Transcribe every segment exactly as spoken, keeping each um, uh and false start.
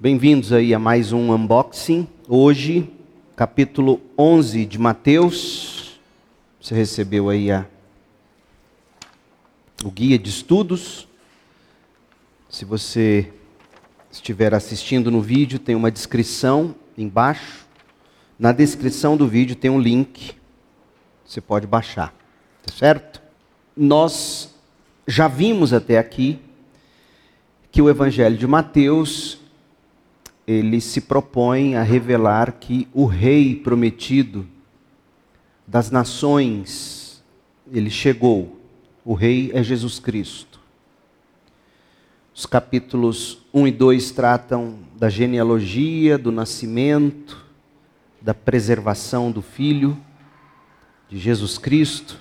Bem-vindos aí a mais um unboxing. Hoje, capítulo onze de Mateus. Você recebeu aí a, o guia de estudos. Se você estiver assistindo no vídeo, tem uma descrição embaixo. Na descrição do vídeo tem um link. Você pode baixar, tá certo? Nós já vimos até aqui que o Evangelho de Mateus ele se propõe a revelar que o rei prometido das nações, ele chegou. O rei é Jesus Cristo. Os capítulos um e dois tratam da genealogia, do nascimento, da preservação do Filho de Jesus Cristo.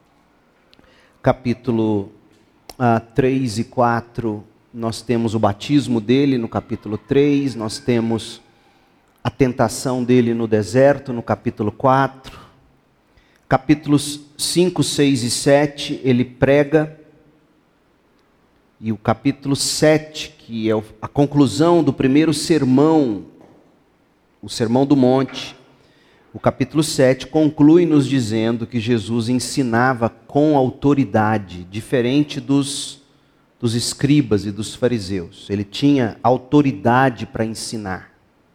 Capítulo ah, três e quatro, nós temos o batismo dele no capítulo três, nós temos a tentação dele no deserto no capítulo quatro. Capítulos cinco, seis e sete, ele prega. E o capítulo sete, que é a conclusão do primeiro sermão, o Sermão do Monte, o capítulo sete conclui nos dizendo que Jesus ensinava com autoridade, diferente dos dos escribas e dos fariseus. Ele tinha autoridade para ensinar.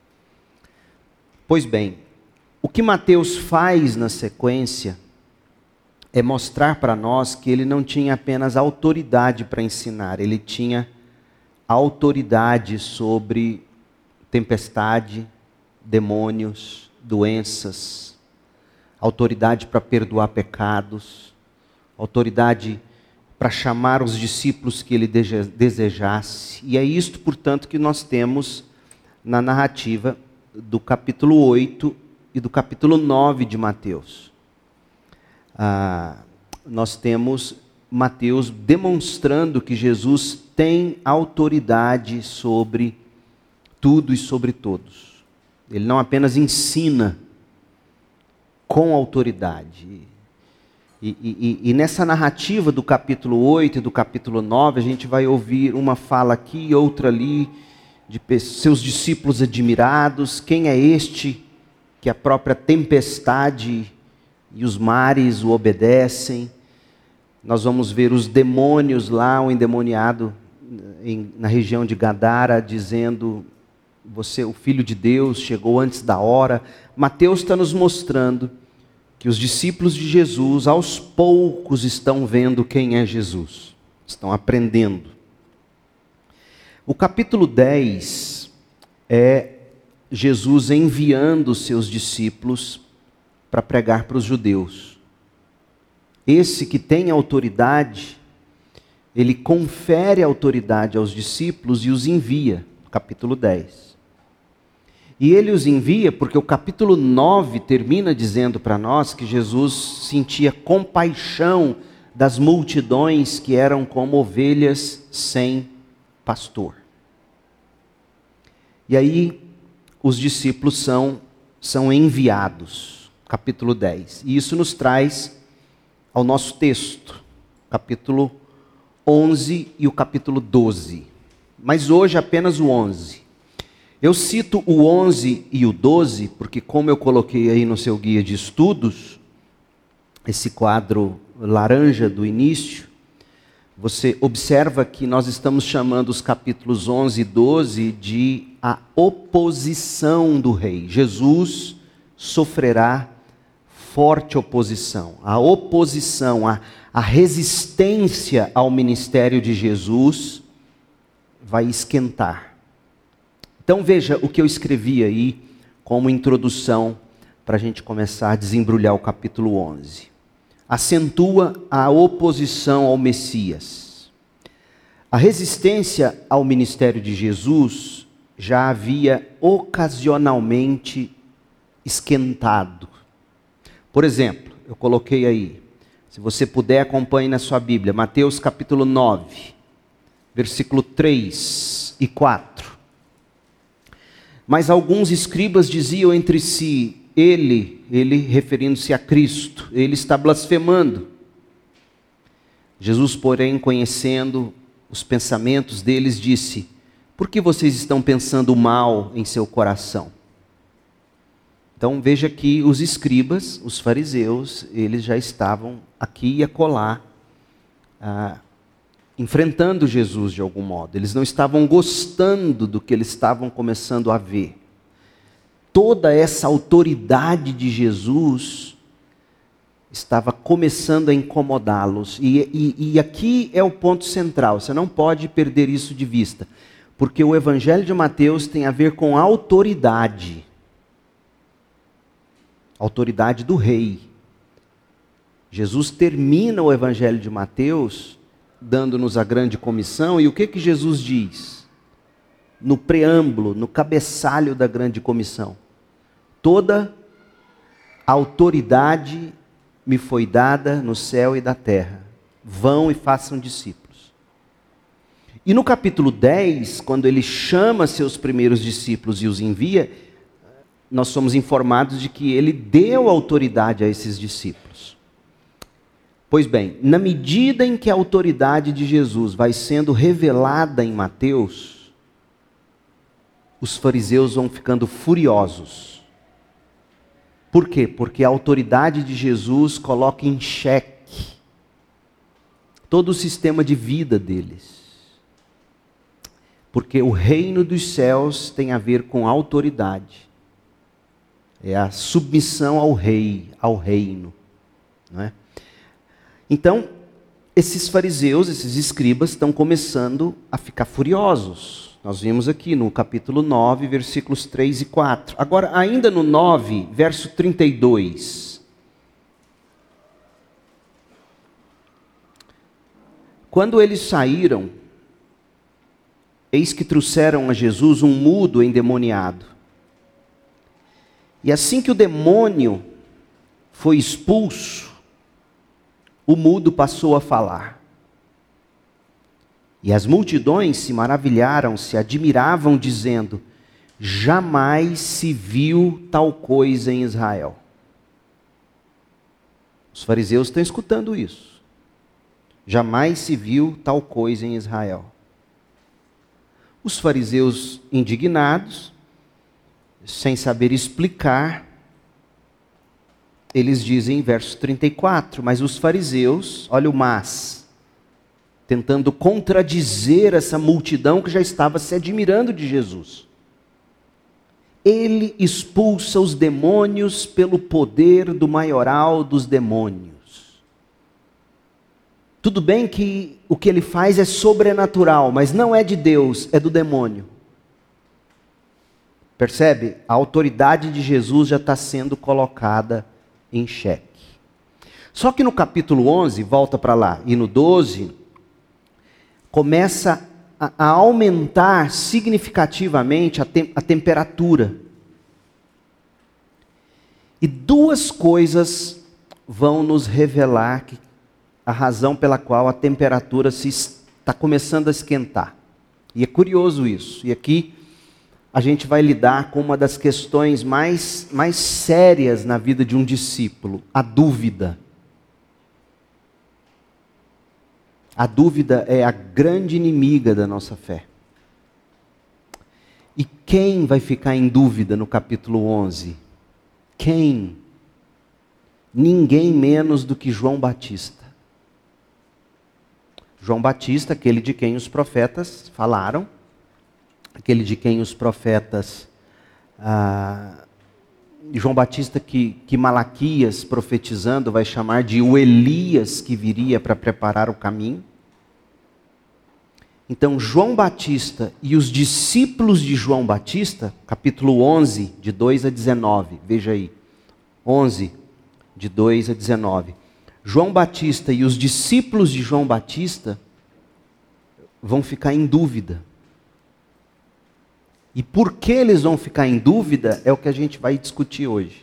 Pois bem, o que Mateus faz na sequência é mostrar para nós que ele não tinha apenas autoridade para ensinar, ele tinha autoridade sobre tempestade, demônios, doenças, autoridade para perdoar pecados, autoridade para chamar os discípulos que ele desejasse. E é isto, portanto, que nós temos na narrativa do capítulo oito e do capítulo nove de Mateus. Ah, nós temos Mateus demonstrando que Jesus tem autoridade sobre tudo e sobre todos. Ele não apenas ensina com autoridade. E, e, e nessa narrativa do capítulo oito e do capítulo nove, a gente vai ouvir uma fala aqui e outra ali, de seus discípulos admirados. Quem é este que a própria tempestade e os mares o obedecem? Nós vamos ver os demônios lá, o endemoniado em, na região de Gadara, dizendo: você, o Filho de Deus, chegou antes da hora. Mateus está nos mostrando que os discípulos de Jesus, aos poucos, estão vendo quem é Jesus. Estão aprendendo. O capítulo dez é Jesus enviando os seus discípulos para pregar para os judeus. Esse que tem autoridade, ele confere autoridade aos discípulos e os envia. Capítulo dez. E ele os envia porque o capítulo nove termina dizendo para nós que Jesus sentia compaixão das multidões que eram como ovelhas sem pastor. E aí os discípulos são, são enviados, capítulo dez. E isso nos traz ao nosso texto, capítulo onze e o capítulo doze. Mas hoje apenas o onze. Eu cito o onze e o doze, porque como eu coloquei aí no seu guia de estudos, esse quadro laranja do início, você observa que nós estamos chamando os capítulos onze e doze de a oposição do rei. Jesus sofrerá forte oposição. A oposição, a, a resistência ao ministério de Jesus vai esquentar. Então veja o que eu escrevi aí como introdução para a gente começar a desembrulhar o capítulo onze. Acentua a oposição ao Messias. A resistência ao ministério de Jesus já havia ocasionalmente esquentado. Por exemplo, eu coloquei aí, se você puder acompanhe na sua Bíblia, Mateus capítulo nove, versículo três e quatro. Mas alguns escribas diziam entre si: ele, ele referindo-se a Cristo, ele está blasfemando. Jesus, porém, conhecendo os pensamentos deles, disse: Por que vocês estão pensando mal em seu coração? Então veja que os escribas, os fariseus, eles já estavam aqui e acolá, ah, enfrentando Jesus de algum modo. Eles não estavam gostando do que eles estavam começando a ver. Toda essa autoridade de Jesus estava começando a incomodá-los. E, e, e aqui é o ponto central, você não pode perder isso de vista. Porque o Evangelho de Mateus tem a ver com autoridade. Autoridade do rei. Jesus termina o Evangelho de Mateus dando-nos a grande comissão, e o que que Jesus diz? No preâmbulo, no cabeçalho da grande comissão. Toda a autoridade me foi dada no céu e da terra. Vão e façam discípulos. E no capítulo dez, quando ele chama seus primeiros discípulos e os envia, nós somos informados de que ele deu autoridade a esses discípulos. Pois bem, na medida em que a autoridade de Jesus vai sendo revelada em Mateus, os fariseus vão ficando furiosos. Por quê? Porque a autoridade de Jesus coloca em xeque todo o sistema de vida deles. Porque o reino dos céus tem a ver com autoridade. É a submissão ao rei, ao reino. Não é? Então, esses fariseus, esses escribas, estão começando a ficar furiosos. Nós vimos aqui no capítulo nove, versículos três e quatro. Agora, ainda no nove, verso trinta e dois. Quando eles saíram, eis que trouxeram a Jesus um mudo endemoniado. E assim que o demônio foi expulso, o mudo passou a falar. E as multidões se maravilharam, se admiravam, dizendo: jamais se viu tal coisa em Israel. Os fariseus estão escutando isso. Jamais se viu tal coisa em Israel. Os fariseus indignados, sem saber explicar, eles dizem em verso trinta e quatro, mas os fariseus, olha o mas, tentando contradizer essa multidão que já estava se admirando de Jesus. Ele expulsa os demônios pelo poder do maioral dos demônios. Tudo bem que o que ele faz é sobrenatural, mas não é de Deus, é do demônio. Percebe? A autoridade de Jesus já está sendo colocada em xeque. Só que no capítulo onze, volta para lá, e no doze, começa a, a aumentar significativamente a, tem, a temperatura. E duas coisas vão nos revelar que a razão pela qual a temperatura se está começando a esquentar. E é curioso isso. E aqui a gente vai lidar com uma das questões mais, mais sérias na vida de um discípulo, a dúvida. A dúvida é a grande inimiga da nossa fé. E quem vai ficar em dúvida no capítulo onze? Quem? Ninguém menos do que João Batista. João Batista, aquele de quem os profetas falaram, aquele de quem os profetas, ah, João Batista que, que Malaquias profetizando vai chamar de o Elias que viria para preparar o caminho. Então João Batista e os discípulos de João Batista, capítulo onze, de dois a dezenove, veja aí, onze, de dois a dezenove. João Batista e os discípulos de João Batista vão ficar em dúvida. E por que eles vão ficar em dúvida é o que a gente vai discutir hoje.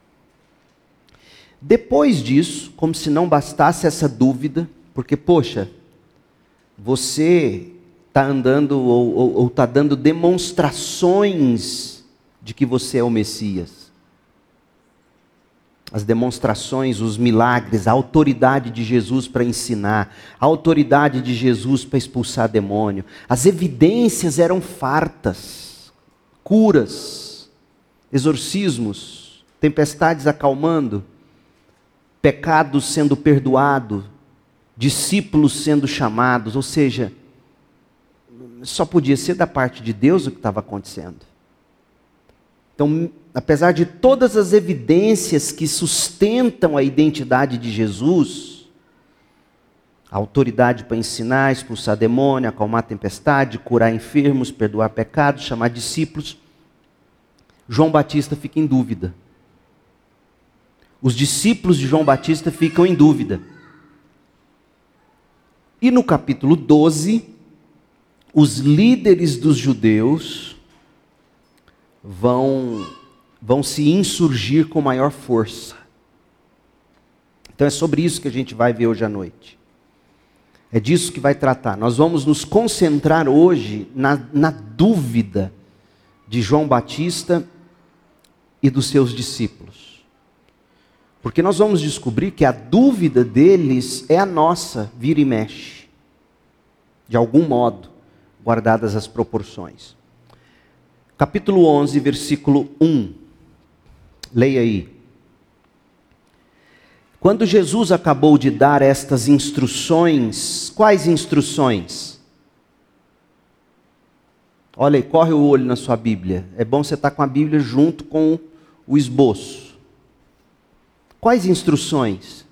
Depois disso, como se não bastasse essa dúvida, porque, poxa, você está andando ou está dando demonstrações de que você é o Messias. as demonstrações, os milagres, a autoridade de Jesus para ensinar, a autoridade de Jesus para expulsar demônio. As evidências eram fartas, curas, exorcismos, tempestades acalmando, pecados sendo perdoados, discípulos sendo chamados, ou seja, só podia ser da parte de Deus o que estava acontecendo. Então, apesar de todas as evidências que sustentam a identidade de Jesus, a autoridade para ensinar, expulsar demônio, acalmar a tempestade, curar enfermos, perdoar pecados, chamar discípulos, João Batista fica em dúvida. Os discípulos de João Batista ficam em dúvida. E no capítulo doze, os líderes dos judeus vão, vão se insurgir com maior força. Então é sobre isso que a gente vai ver hoje à noite. É disso que vai tratar. Nós vamos nos concentrar hoje na, na dúvida de João Batista e dos seus discípulos. Porque nós vamos descobrir que a dúvida deles é a nossa, vira e mexe. De algum modo, guardadas as proporções. Capítulo onze, versículo um. Leia aí. Quando Jesus acabou de dar estas instruções, quais instruções? Olha aí, corre o olho na sua Bíblia. É bom você estar com a Bíblia junto com o esboço. Quais instruções?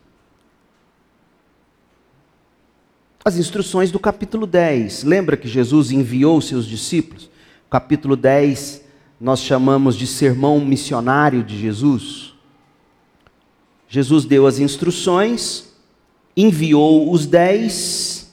As instruções do capítulo dez. Lembra que Jesus enviou seus discípulos? Capítulo dez, nós chamamos de sermão missionário de Jesus. Jesus deu as instruções, enviou os dez,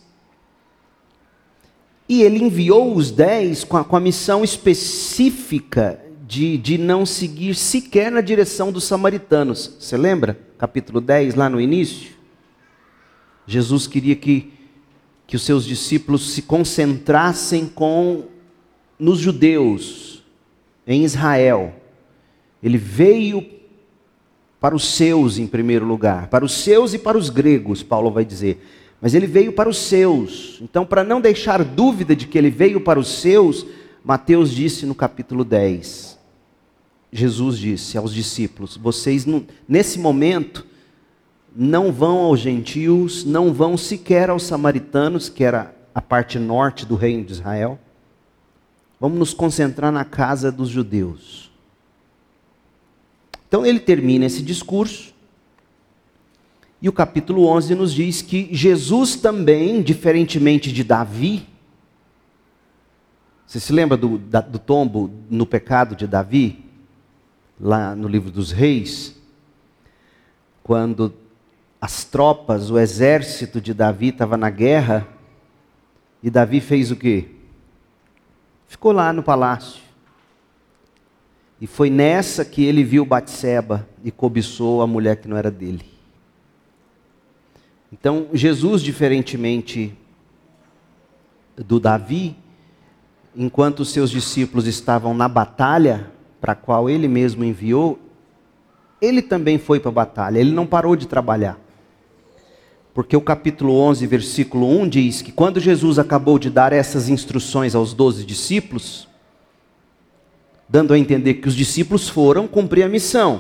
e ele enviou os dez com a, com a missão específica de, de não seguir sequer na direção dos samaritanos. Você lembra? Capítulo dez, lá no início. Jesus queria que, que os seus discípulos se concentrassem com, nos judeus, em Israel. Ele veio para os seus em primeiro lugar, para os seus e para os gregos, Paulo vai dizer. Mas ele veio para os seus. Então, para não deixar dúvida de que ele veio para os seus, Mateus disse no capítulo dez, Jesus disse aos discípulos, vocês não, nesse momento não vão aos gentios, não vão sequer aos samaritanos, que era a parte norte do reino de Israel. Vamos nos concentrar na casa dos judeus. Então ele termina esse discurso, e o capítulo onze nos diz que Jesus também, diferentemente de Davi, você se lembra do, da, do tombo no pecado de Davi? Lá no livro dos reis, quando as tropas, o exército de Davi estava na guerra, e Davi fez o quê? Ficou lá no palácio. E foi nessa que ele viu Batseba e cobiçou a mulher que não era dele. Então, Jesus, diferentemente do Davi, enquanto os seus discípulos estavam na batalha, para a qual ele mesmo enviou, ele também foi para a batalha, ele não parou de trabalhar. Porque o capítulo onze, versículo um diz que quando Jesus acabou de dar essas instruções aos doze discípulos, dando a entender que os discípulos foram cumprir a missão,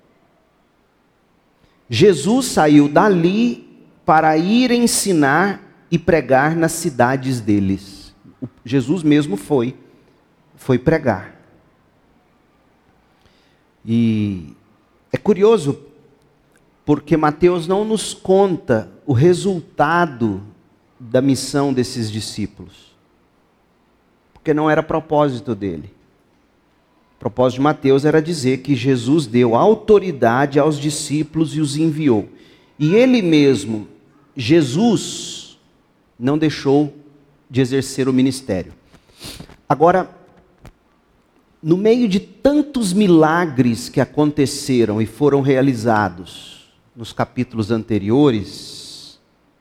Jesus saiu dali para ir ensinar e pregar nas cidades deles. Jesus mesmo foi, foi pregar. E é curioso, porque Mateus não nos conta o resultado da missão desses discípulos. Porque não era propósito dele. O propósito de Mateus era dizer que Jesus deu autoridade aos discípulos e os enviou. E ele mesmo, Jesus, não deixou de exercer o ministério. Agora, no meio de tantos milagres que aconteceram e foram realizados nos capítulos anteriores,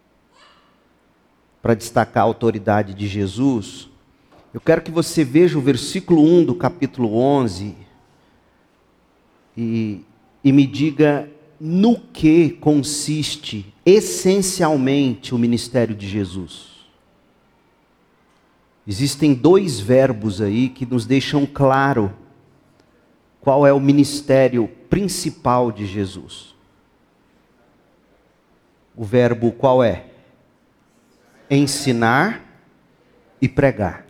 para destacar a autoridade de Jesus, eu quero que você veja o versículo um do capítulo onze e, e me diga no que consiste essencialmente o ministério de Jesus? Existem dois verbos aí que nos deixam claro qual é o ministério principal de Jesus. O verbo qual é? Ensinar e pregar.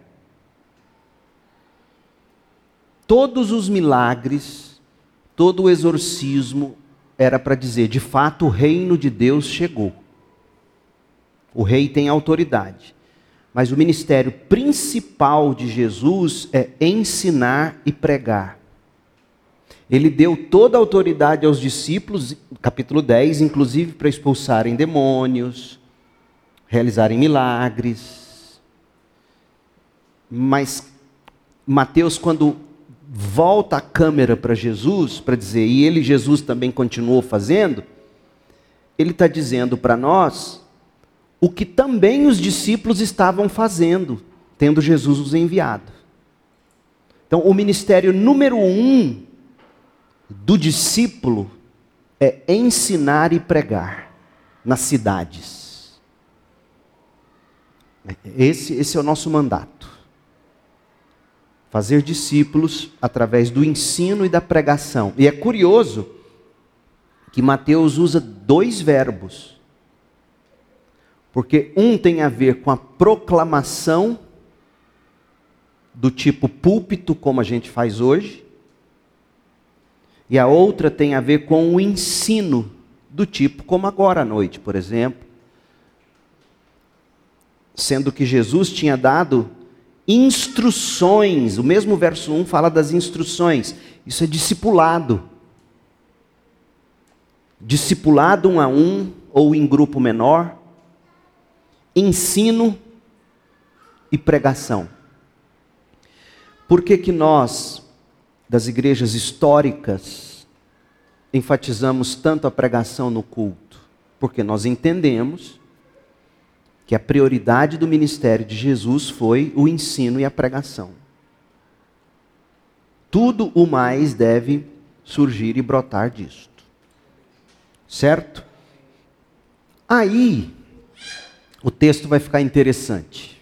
Todos os milagres, todo o exorcismo era para dizer, de fato o reino de Deus chegou. O rei tem autoridade. Mas o ministério principal de Jesus é ensinar e pregar. Ele deu toda a autoridade aos discípulos, capítulo dez, inclusive para expulsarem demônios, realizarem milagres. Mas Mateus, quando volta a câmera para Jesus, para dizer, e ele, Jesus, também continuou fazendo, ele está dizendo para nós o que também os discípulos estavam fazendo, tendo Jesus os enviado. Então, o ministério número um do discípulo é ensinar e pregar nas cidades. Esse, esse é o nosso mandato. Fazer discípulos através do ensino e da pregação. E é curioso que Mateus usa dois verbos. Porque um tem a ver com a proclamação do tipo púlpito, como a gente faz hoje. E a outra tem a ver com o ensino do tipo como agora à noite, por exemplo. Sendo que Jesus tinha dado instruções. O mesmo verso um fala das instruções. Isso é discipulado. Discipulado um a um ou em grupo menor. Ensino e pregação. Por que que nós, das igrejas históricas, enfatizamos tanto a pregação no culto? Porque nós entendemos que a prioridade do ministério de Jesus foi o ensino e a pregação. Tudo o mais deve surgir e brotar disto. Certo? Aí, o texto vai ficar interessante.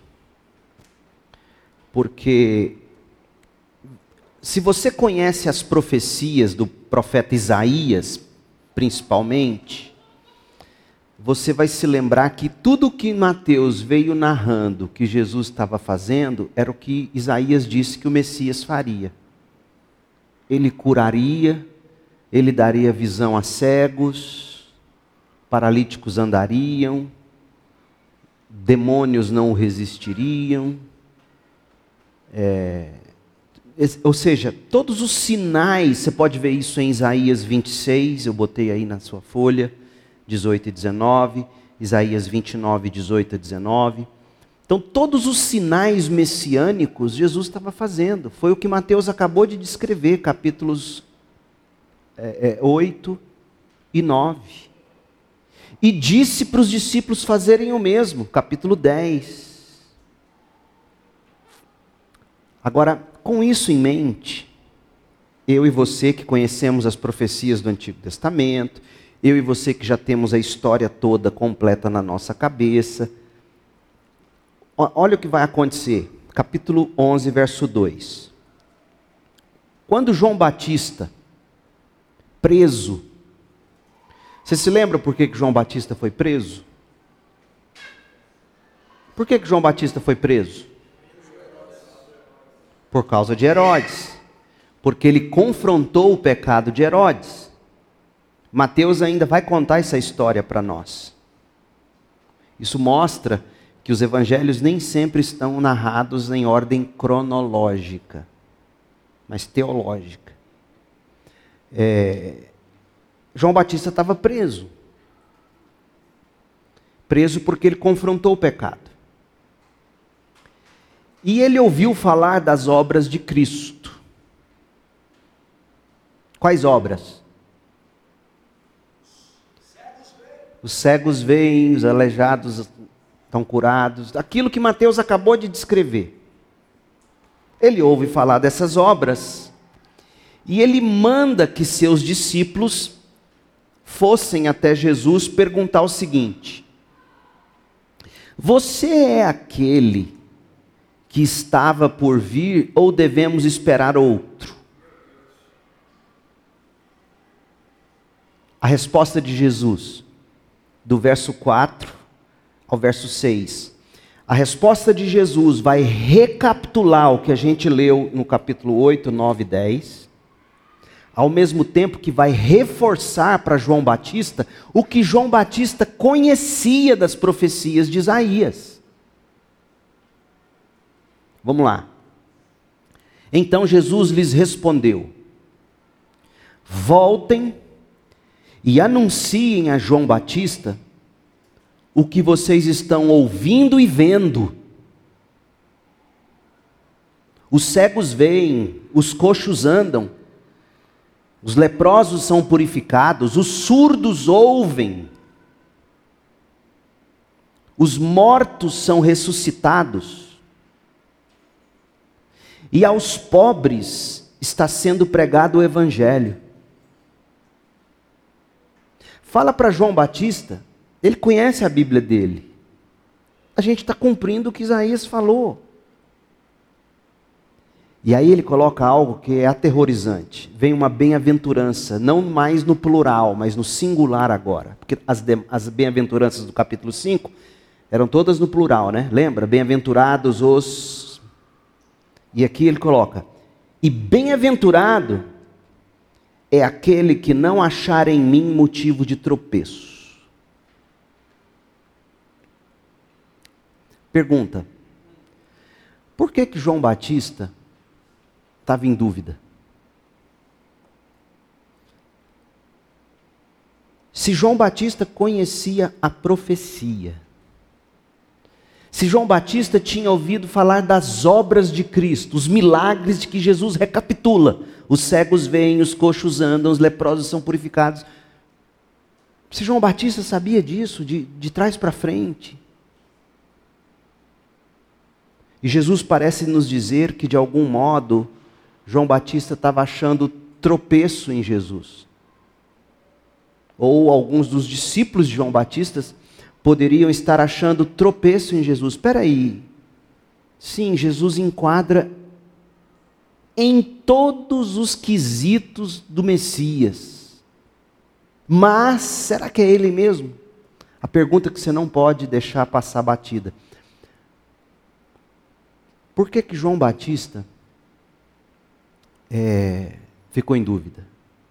Porque se você conhece as profecias do profeta Isaías, principalmente, você vai se lembrar que tudo que Mateus veio narrando que Jesus estava fazendo era o que Isaías disse que o Messias faria. Ele curaria, ele daria visão a cegos, paralíticos andariam, demônios não o resistiriam. É, ou seja, todos os sinais, você pode ver isso em Isaías vinte e seis, eu botei aí na sua folha, dezoito e dezenove, Isaías vinte e nove, dezoito a dezenove. Então, todos os sinais messiânicos Jesus estava fazendo. Foi o que Mateus acabou de descrever, capítulos é, é, oito e nove. E disse para os discípulos fazerem o mesmo, capítulo dez. Agora, com isso em mente, eu e você que conhecemos as profecias do Antigo Testamento, eu e você que já temos a história toda completa na nossa cabeça, olha o que vai acontecer, capítulo onze, verso dois. Quando João Batista, preso, você se lembra por que que João Batista foi preso? Por que que João Batista foi preso? Por causa de Herodes. Porque ele confrontou o pecado de Herodes. Mateus ainda vai contar essa história para nós. Isso mostra que os evangelhos nem sempre estão narrados em ordem cronológica, mas teológica. É... João Batista estava preso. Preso porque ele confrontou o pecado. E ele ouviu falar das obras de Cristo. Quais obras? Os cegos veem, os aleijados estão curados. Aquilo que Mateus acabou de descrever. Ele ouve falar dessas obras. E ele manda que seus discípulos fossem até Jesus perguntar o seguinte: você é aquele que estava por vir ou devemos esperar outro? A resposta de Jesus, do verso quatro ao verso seis. A resposta de Jesus vai recapitular o que a gente leu no capítulo oito, nove e dez, ao mesmo tempo que vai reforçar para João Batista o que João Batista conhecia das profecias de Isaías. Vamos lá. Então Jesus lhes respondeu: voltem e anunciem a João Batista o que vocês estão ouvindo e vendo. Os cegos veem, os coxos andam, os leprosos são purificados, os surdos ouvem, os mortos são ressuscitados, e aos pobres está sendo pregado o Evangelho. Fala para João Batista, ele conhece a Bíblia dele. A gente está cumprindo o que Isaías falou. E aí ele coloca algo que é aterrorizante. Vem uma bem-aventurança, não mais no plural, mas no singular agora. Porque as, de, as bem-aventuranças do capítulo cinco eram todas no plural, né? Lembra? Bem-aventurados os... E aqui ele coloca: e bem-aventurado é aquele que não achar em mim motivo de tropeço. Pergunta: por que que João Batista estava em dúvida? Se João Batista conhecia a profecia, se João Batista tinha ouvido falar das obras de Cristo, os milagres de que Jesus recapitula, os cegos veem, os coxos andam, os leprosos são purificados. Se João Batista sabia disso, de, de trás para frente. E Jesus parece nos dizer que, de algum modo, João Batista estava achando tropeço em Jesus. Ou alguns dos discípulos de João Batista poderiam estar achando tropeço em Jesus. Espera aí. Sim, Jesus enquadra em todos os quesitos do Messias. Mas, será que é ele mesmo? A pergunta que você não pode deixar passar batida. Por que que João Batista é, ficou em dúvida?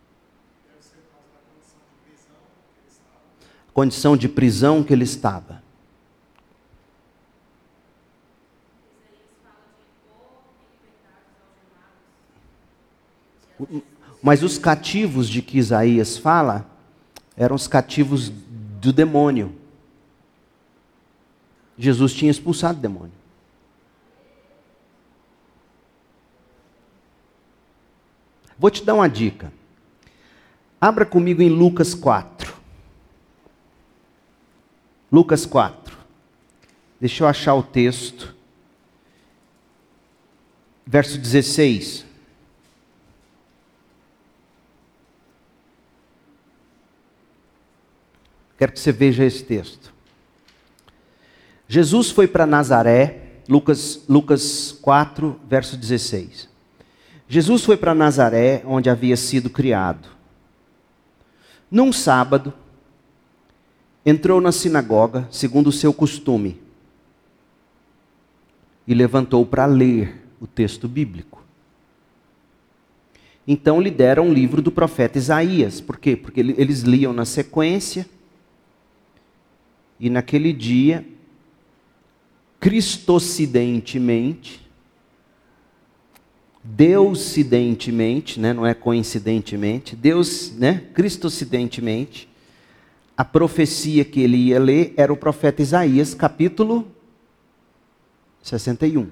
A condição de prisão que ele estava. Mas os cativos de que Isaías fala eram os cativos do demônio. Jesus tinha expulsado o demônio. Vou te dar uma dica. Abra comigo em Lucas quatro. Lucas quatro. Deixa eu achar o texto. Verso dezesseis. Quero que você veja esse texto. Jesus foi para Nazaré, Lucas, Lucas quatro, verso dezesseis. Jesus foi para Nazaré, onde havia sido criado. Num sábado, entrou na sinagoga, segundo o seu costume, e levantou para ler o texto bíblico. Então lhe deram um livro do profeta Isaías. Por quê? Porque eles liam na sequência, e naquele dia, cristocidentemente, Deuscidentemente, né, não é coincidentemente, Deus, né, cristocidentemente, a profecia que ele ia ler era o profeta Isaías, capítulo sessenta e um.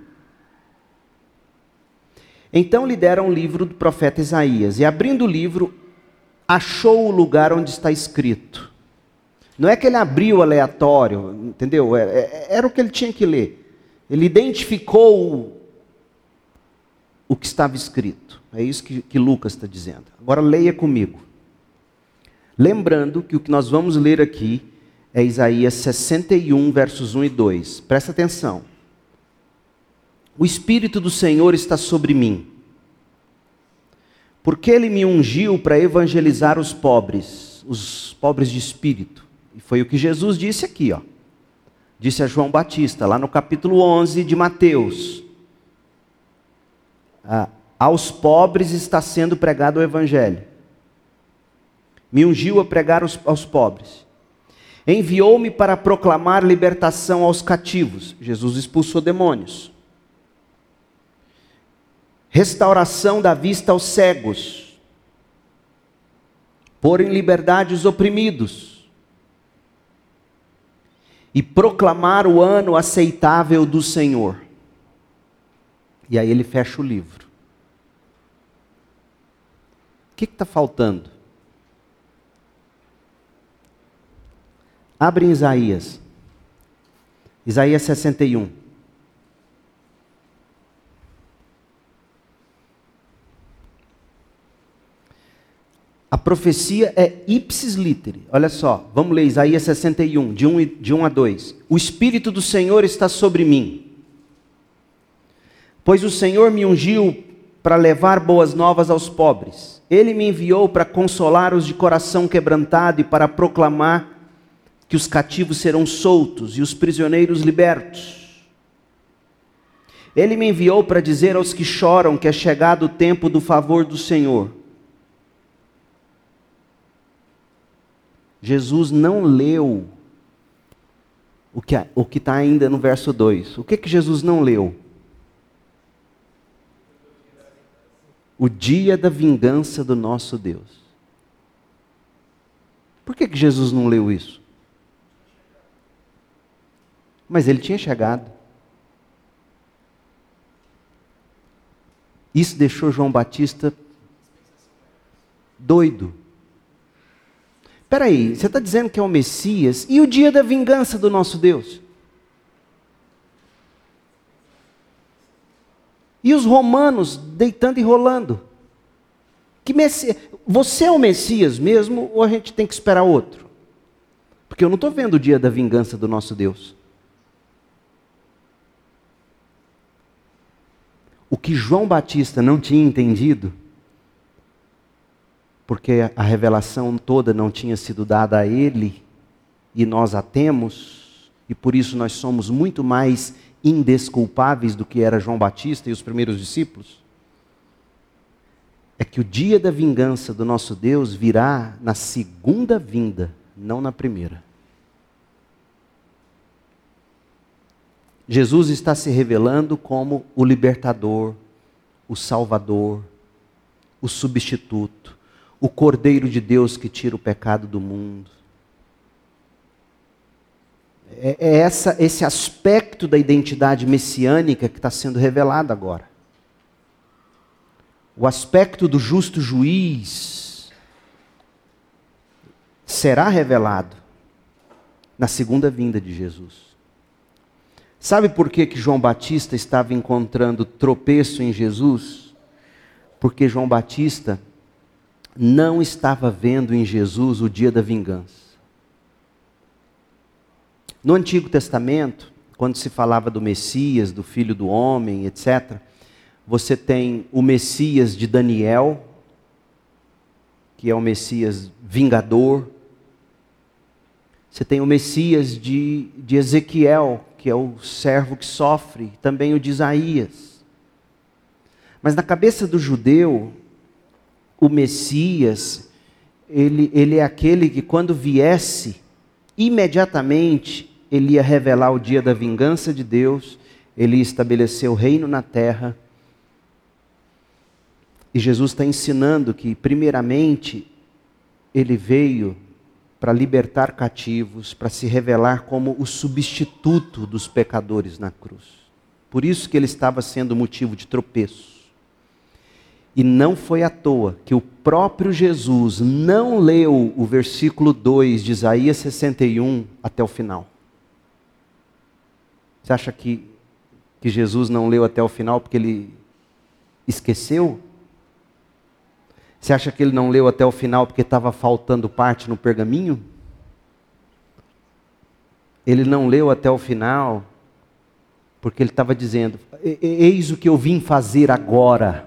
Então lhe deram o livro do profeta Isaías, e abrindo o livro, achou o lugar onde está escrito. Não é que ele abriu aleatório, entendeu? Era, era o que ele tinha que ler. Ele identificou o que estava escrito. É isso que, que Lucas está dizendo. Agora leia comigo. Lembrando que o que nós vamos ler aqui é Isaías sessenta e um, versos um e dois. Presta atenção. O Espírito do Senhor está sobre mim, porque Ele me ungiu para evangelizar os pobres, os pobres de espírito. E foi o que Jesus disse aqui, ó. Disse a João Batista, lá no capítulo onze de Mateus. Ah, aos pobres está sendo pregado o Evangelho. Me ungiu a pregar aos, aos pobres. Enviou-me para proclamar libertação aos cativos. Jesus expulsou demônios. Restauração da vista aos cegos. Pôr em liberdade os oprimidos. E proclamar o ano aceitável do Senhor. E aí ele fecha o livro. O que está faltando? Abre em Isaías. Isaías sessenta e um. A profecia é ipsis literi. Olha só, vamos ler Isaías sessenta e um, de um, de um a dois. O Espírito do Senhor está sobre mim, pois o Senhor me ungiu para levar boas novas aos pobres. Ele me enviou para consolar os de coração quebrantado e para proclamar que os cativos serão soltos e os prisioneiros libertos. Ele me enviou para dizer aos que choram que é chegado o tempo do favor do Senhor. Jesus não leu o que o que está ainda no verso dois. O que que Jesus não leu? O dia da vingança do nosso Deus. Por que que Jesus não leu isso? Mas ele tinha chegado. Isso deixou João Batista doido. Espera aí, você está dizendo que é o Messias? E o dia da vingança do nosso Deus? E os romanos deitando e rolando? Que Messias? Você é o Messias mesmo ou a gente tem que esperar outro? Porque eu não estou vendo o dia da vingança do nosso Deus. O que João Batista não tinha entendido, porque a revelação toda não tinha sido dada a ele, e nós a temos, e por isso nós somos muito mais indesculpáveis do que era João Batista e os primeiros discípulos, é que o dia da vingança do nosso Deus virá na segunda vinda, não na primeira. Jesus está se revelando como o libertador, o salvador, o substituto, o Cordeiro de Deus que tira o pecado do mundo. É, é essa, esse aspecto da identidade messiânica que está sendo revelado agora. O aspecto do justo juiz será revelado na segunda vinda de Jesus. Sabe por que que João Batista estava encontrando tropeço em Jesus? Porque João Batista não estava vendo em Jesus o dia da vingança. No Antigo Testamento, quando se falava do Messias, do Filho do Homem, etcétera, você tem o Messias de Daniel, que é o Messias vingador. Você tem o Messias de, de Ezequiel, que é o servo que sofre, também o de Isaías. Mas na cabeça do judeu, o Messias, ele, ele é aquele que quando viesse, imediatamente ele ia revelar o dia da vingança de Deus, ele ia estabelecer o reino na terra. E Jesus está ensinando que, primeiramente, ele veio para libertar cativos, para se revelar como o substituto dos pecadores na cruz. Por isso que ele estava sendo motivo de tropeço. E não foi à toa que o próprio Jesus não leu o versículo dois de Isaías sessenta e um até o final. Você acha que, que Jesus não leu até o final porque ele esqueceu? Você acha que ele não leu até o final porque estava faltando parte no pergaminho? Ele não leu até o final porque ele estava dizendo: eis o que eu vim fazer agora.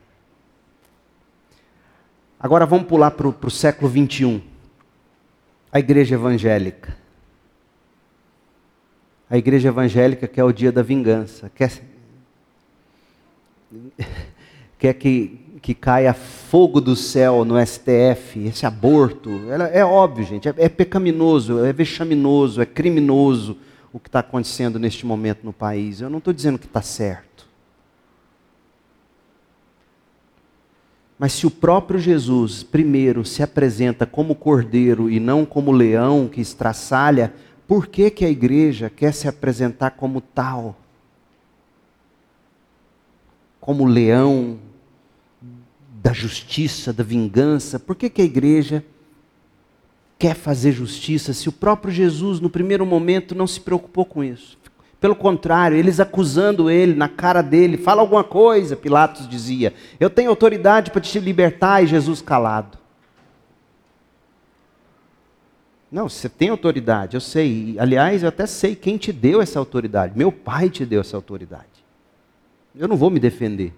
Agora vamos pular para o século vinte e um. A igreja evangélica. A igreja evangélica quer o dia da vingança. Quer, quer que, que caia fogo do céu no S T F, esse aborto. É, é óbvio, gente, é, é pecaminoso, é vexaminoso, é criminoso o que está acontecendo neste momento no país. Eu não estou dizendo que está certo. Mas se o próprio Jesus, primeiro, se apresenta como cordeiro e não como leão que estraçalha, por que que a igreja quer se apresentar como tal? Como leão da justiça, da vingança? Por que que a igreja quer fazer justiça se o próprio Jesus, no primeiro momento, não se preocupou com isso? Pelo contrário, eles acusando ele na cara dele: fala alguma coisa, Pilatos dizia. Eu tenho autoridade para te libertar, e Jesus calado. Não, você tem autoridade, eu sei. Aliás, eu até sei quem te deu essa autoridade. Meu pai te deu essa autoridade. Eu não vou me defender.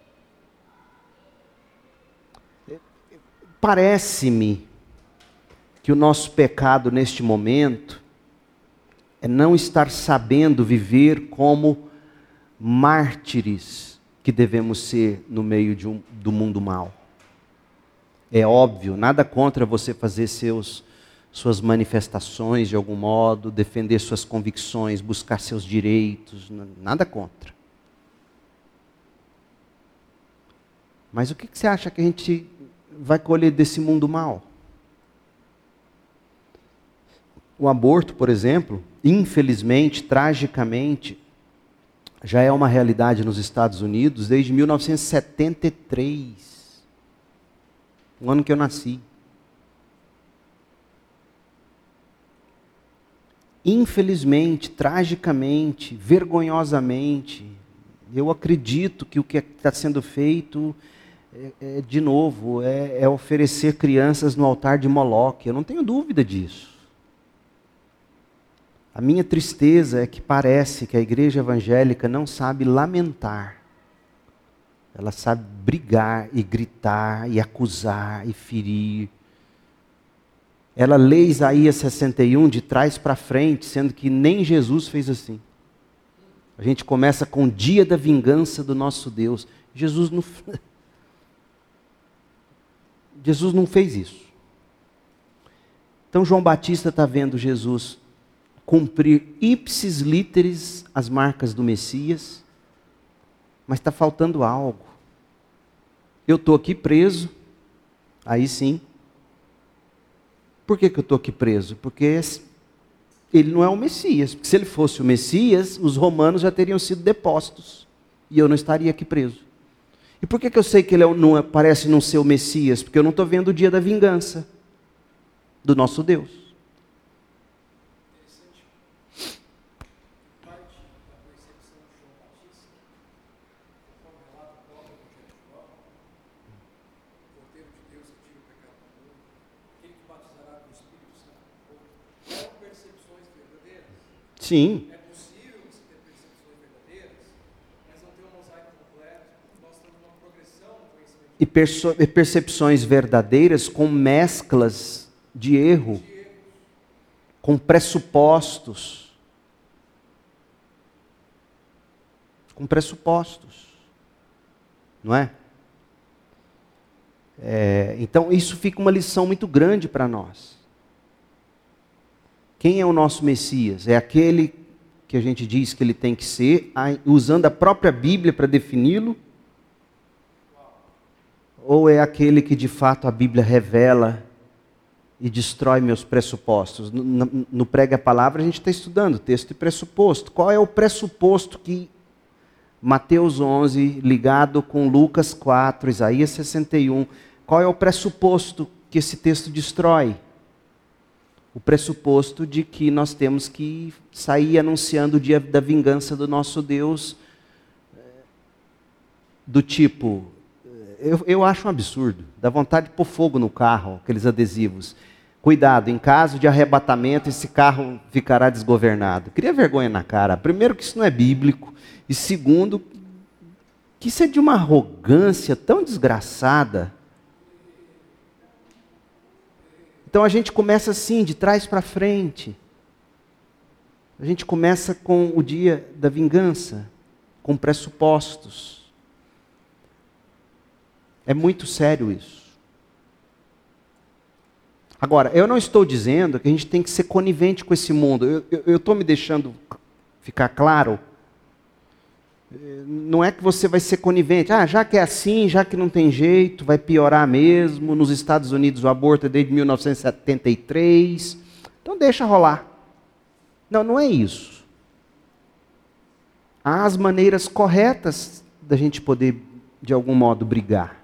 Parece-me que o nosso pecado neste momento é não estar sabendo viver como mártires que devemos ser no meio de um, do mundo mau. É óbvio, nada contra você fazer seus, suas manifestações de algum modo, defender suas convicções, buscar seus direitos, nada contra. Mas o que, que você acha que a gente vai colher desse mundo mau? O aborto, por exemplo, infelizmente, tragicamente, já é uma realidade nos Estados Unidos desde mil novecentos e setenta e três, o ano que eu nasci. Infelizmente, tragicamente, vergonhosamente, eu acredito que o que está sendo feito, é, é, de novo, é, é oferecer crianças no altar de Moloque. Eu não tenho dúvida disso. A minha tristeza é que parece que a igreja evangélica não sabe lamentar. Ela sabe brigar e gritar e acusar e ferir. Ela lê Isaías sessenta e um de trás para frente, sendo que nem Jesus fez assim. A gente começa com o dia da vingança do nosso Deus. Jesus não, Jesus não fez isso. Então João Batista está vendo Jesus cumprir ipsis literis as marcas do Messias, mas está faltando algo. Eu estou aqui preso, aí sim. Por que que eu estou aqui preso? Porque ele não é o Messias. Porque se ele fosse o Messias, os romanos já teriam sido depostos, e eu não estaria aqui preso. E por que que eu sei que ele é, não é, parece não ser o Messias? Porque eu não estou vendo o dia da vingança do nosso Deus. Sim. É possível você ter percepções verdadeiras, mas não ter um mosaico completo. Nós temos uma progressão no conhecimento. E, perso- e percepções verdadeiras com mesclas de erro, de erros. com pressupostos. Com pressupostos. Não é? É, então isso fica uma lição muito grande para nós. Quem é o nosso Messias? É aquele que a gente diz que ele tem que ser, usando a própria Bíblia para defini-lo? Ou é aquele que de fato a Bíblia revela e destrói meus pressupostos? No, no, no Prega a Palavra a gente está estudando texto e pressuposto. Qual é o pressuposto que Mateus onze, ligado com Lucas quatro, Isaías sessenta e um, qual é o pressuposto que esse texto destrói? O pressuposto de que nós temos que sair anunciando o dia da vingança do nosso Deus, do tipo, eu, eu acho um absurdo. Dá vontade de pôr fogo no carro, aqueles adesivos. Cuidado, em caso de arrebatamento, esse carro ficará desgovernado. Cria vergonha na cara. Primeiro, que isso não é bíblico. E segundo, que isso é de uma arrogância tão desgraçada. Então a gente começa assim, de trás para frente. A gente começa com o dia da vingança, com pressupostos. É muito sério isso. Agora, eu não estou dizendo que a gente tem que ser conivente com esse mundo. Eu estou me deixando ficar claro. Não é que você vai ser conivente. Ah, já que é assim, já que não tem jeito, vai piorar mesmo. Nos Estados Unidos o aborto é desde mil novecentos e setenta e três. Então deixa rolar. Não, não é isso. Há as maneiras corretas da gente poder, de algum modo, brigar.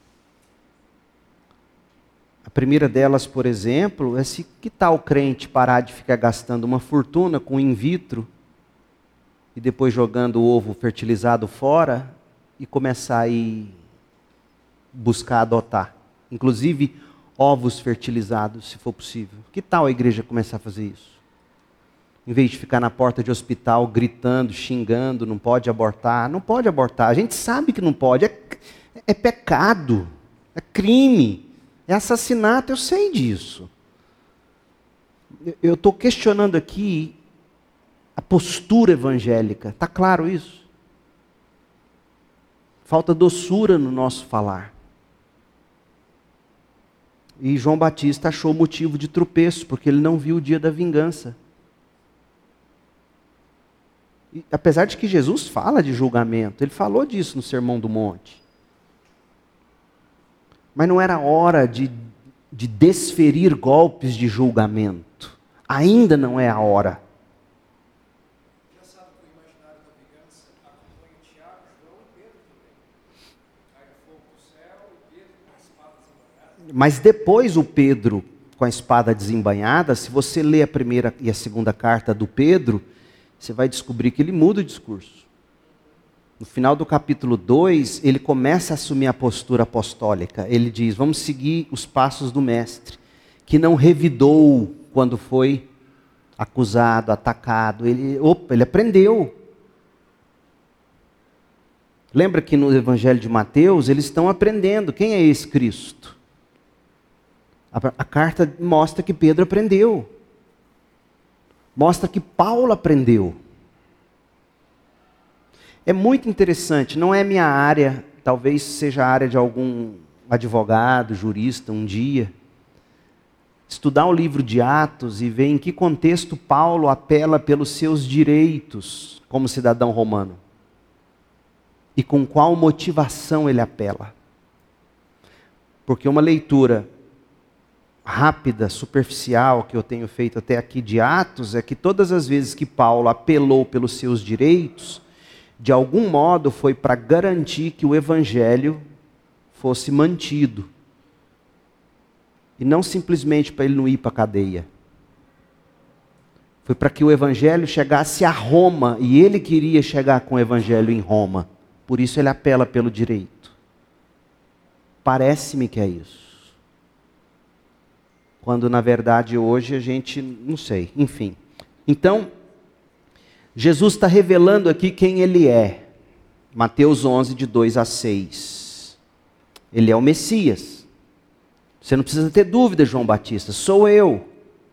A primeira delas, por exemplo, é se que tal o crente parar de ficar gastando uma fortuna com in vitro e depois jogando o ovo fertilizado fora e começar a ir buscar adotar. Inclusive ovos fertilizados, se for possível. Que tal a igreja começar a fazer isso? Em vez de ficar na porta de hospital gritando, xingando, não pode abortar. Não pode abortar. A gente sabe que não pode. É, é pecado. É crime. É assassinato, eu sei disso. Eu estou questionando aqui a postura evangélica. Está claro isso? Falta doçura no nosso falar. E João Batista achou motivo de tropeço, porque ele não viu o dia da vingança. E, apesar de que Jesus fala de julgamento, ele falou disso no Sermão do Monte. Mas não era hora de, de desferir golpes de julgamento. Ainda não é a hora. Engraçado que o imaginário da vingança acompanha Tiago, João e Pedro também. Cai fogo do céu e Pedro com a espada desembainhada. Mas depois o Pedro com a espada desembainhada, se você ler a primeira e a segunda carta do Pedro, você vai descobrir que ele muda o discurso. No final do capítulo dois, ele começa a assumir a postura apostólica. Ele diz, vamos seguir os passos do mestre, que não revidou quando foi acusado, atacado. Ele, opa, ele aprendeu. Lembra que no Evangelho de Mateus, eles estão aprendendo. Quem é esse Cristo? A, a carta mostra que Pedro aprendeu. Mostra que Paulo aprendeu. É muito interessante, não é minha área, talvez seja a área de algum advogado, jurista, um dia. Estudar o livro de Atos e ver em que contexto Paulo apela pelos seus direitos como cidadão romano. E com qual motivação ele apela. Porque uma leitura rápida, superficial, que eu tenho feito até aqui de Atos, é que todas as vezes que Paulo apelou pelos seus direitos, de algum modo foi para garantir que o evangelho fosse mantido. E não simplesmente para ele não ir para a cadeia. Foi para que o evangelho chegasse a Roma, e ele queria chegar com o evangelho em Roma. Por isso ele apela pelo direito. Parece-me que é isso. Quando na verdade hoje a gente não sei, enfim. Então, Jesus está revelando aqui quem ele é. Mateus onze, de dois a seis. Ele é o Messias. Você não precisa ter dúvida, João Batista. Sou eu.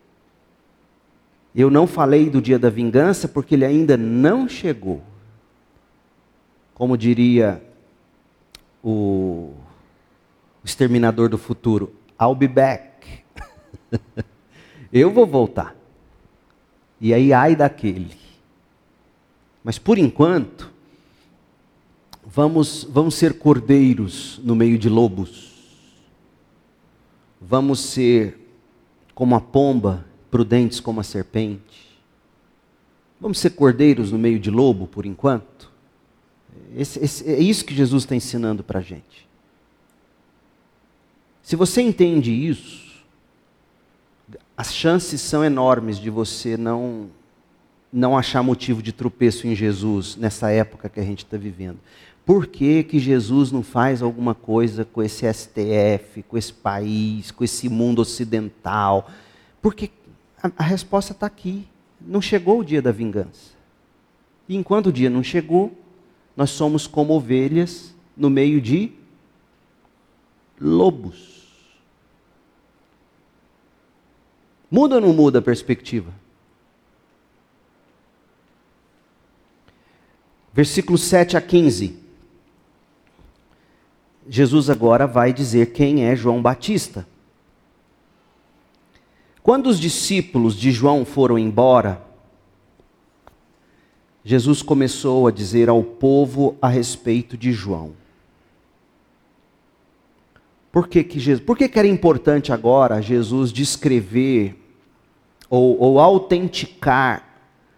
Eu não falei do dia da vingança porque ele ainda não chegou. Como diria o exterminador do futuro, I'll be back. Eu vou voltar. E aí, ai daquele. Mas por enquanto, vamos, vamos ser cordeiros no meio de lobos. Vamos ser como a pomba, prudentes como a serpente. Vamos ser cordeiros no meio de lobo por enquanto. Esse, esse, é isso que Jesus está ensinando para a gente. Se você entende isso, as chances são enormes de você não... não achar motivo de tropeço em Jesus nessa época que a gente está vivendo. Por que que Jesus não faz alguma coisa com esse S T F, com esse país, com esse mundo ocidental? Porque a, a resposta está aqui. Não chegou o dia da vingança. E enquanto o dia não chegou, nós somos como ovelhas no meio de lobos. Muda ou não muda a perspectiva? Versículos sete a quinze. Jesus agora vai dizer quem é João Batista. Quando os discípulos de João foram embora, Jesus começou a dizer ao povo a respeito de João. Por que que, Jesus, por que, que era importante agora Jesus descrever ou, ou autenticar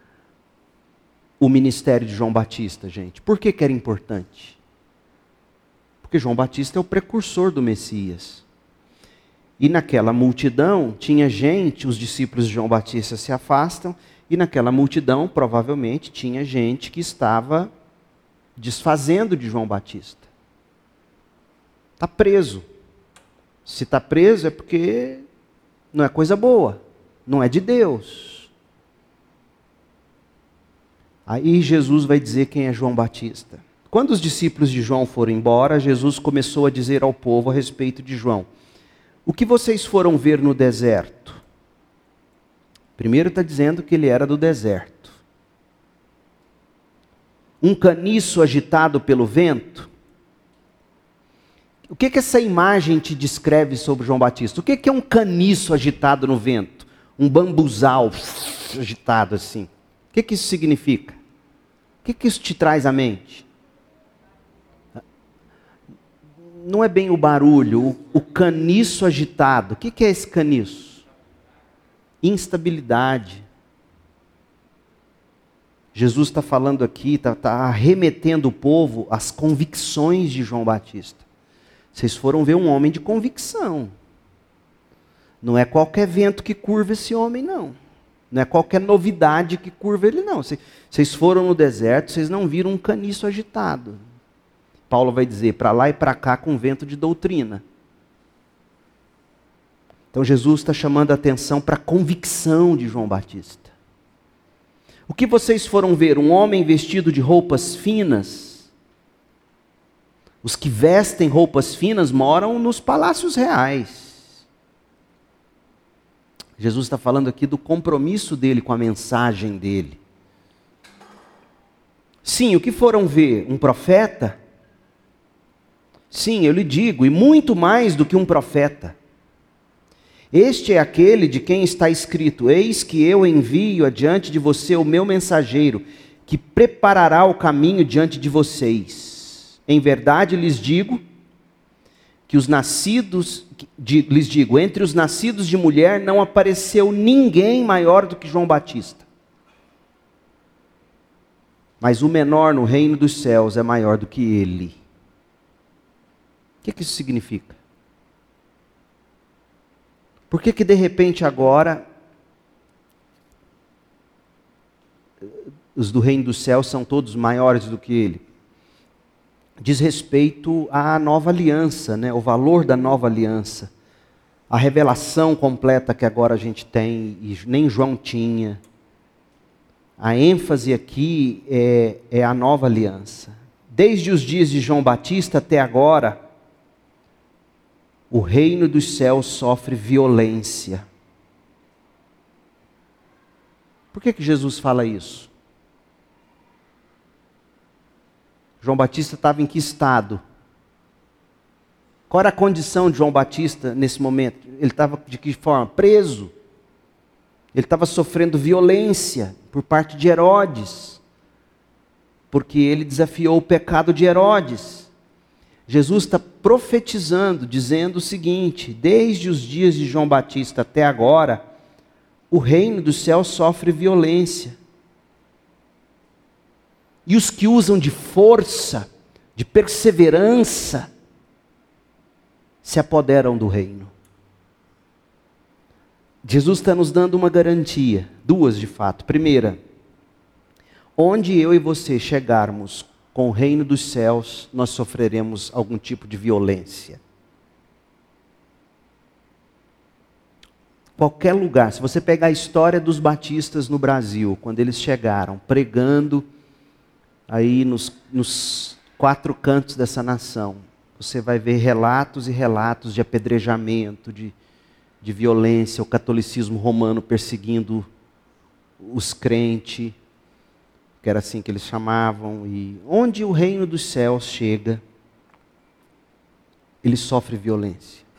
o ministério de João Batista, gente? Por que que era importante? Porque João Batista é o precursor do Messias. E naquela multidão tinha gente, os discípulos de João Batista se afastam, e naquela multidão provavelmente tinha gente que estava desfazendo de João Batista. Está preso. Se está preso é porque não é coisa boa, não é de Deus. Aí Jesus vai dizer quem é João Batista. Quando os discípulos de João foram embora, Jesus começou a dizer ao povo a respeito de João: o que vocês foram ver no deserto? Primeiro está dizendo que ele era do deserto. Um caniço agitado pelo vento? O que que essa imagem te descreve sobre João Batista? O que que é um caniço agitado no vento? Um bambuzal agitado assim. O que que isso significa? O que que isso te traz à mente? Não é bem o barulho, o, o caniço agitado. O que que é esse caniço? Instabilidade. Jesus está falando aqui, está tá arremetendo o povo às convicções de João Batista. Vocês foram ver um homem de convicção. Não é qualquer vento que curva esse homem, não. Não é qualquer novidade que curva ele, não. Vocês foram no deserto, vocês não viram um caniço agitado. Paulo vai dizer, para lá e para cá com vento de doutrina. Então Jesus está chamando a atenção para a convicção de João Batista. O que vocês foram ver? Um homem vestido de roupas finas? Os que vestem roupas finas moram nos palácios reais. Jesus está falando aqui do compromisso dele com a mensagem dele. Sim, o que foram ver? Um profeta? Sim, eu lhe digo, e muito mais do que um profeta. Este é aquele de quem está escrito: eis que eu envio adiante de você o meu mensageiro, que preparará o caminho diante de vocês. Em verdade lhes digo, que os nascidos, de, lhes digo, entre os nascidos de mulher não apareceu ninguém maior do que João Batista. Mas o menor no reino dos céus é maior do que ele. O que que isso significa? Por que que de repente agora os do reino dos céus são todos maiores do que ele? Diz respeito à nova aliança, né? O valor da nova aliança. A revelação completa que agora a gente tem, e nem João tinha. A ênfase aqui é, é a nova aliança. Desde os dias de João Batista até agora, o reino dos céus sofre violência. Por que que Jesus fala isso? João Batista estava em que estado? Qual era a condição de João Batista nesse momento? Ele estava de que forma? Preso. Ele estava sofrendo violência por parte de Herodes, porque ele desafiou o pecado de Herodes. Jesus está profetizando, dizendo o seguinte: desde os dias de João Batista até agora, o reino dos céus sofre violência. E os que usam de força, de perseverança, se apoderam do reino. Jesus está nos dando uma garantia, duas de fato. Primeira, onde eu e você chegarmos com o reino dos céus, nós sofreremos algum tipo de violência. Qualquer lugar, se você pegar a história dos batistas no Brasil, quando eles chegaram pregando aí nos, nos quatro cantos dessa nação, você vai ver relatos e relatos de apedrejamento, de, de violência, o catolicismo romano perseguindo os crentes, que era assim que eles chamavam, e onde o reino dos céus chega, ele sofre violência.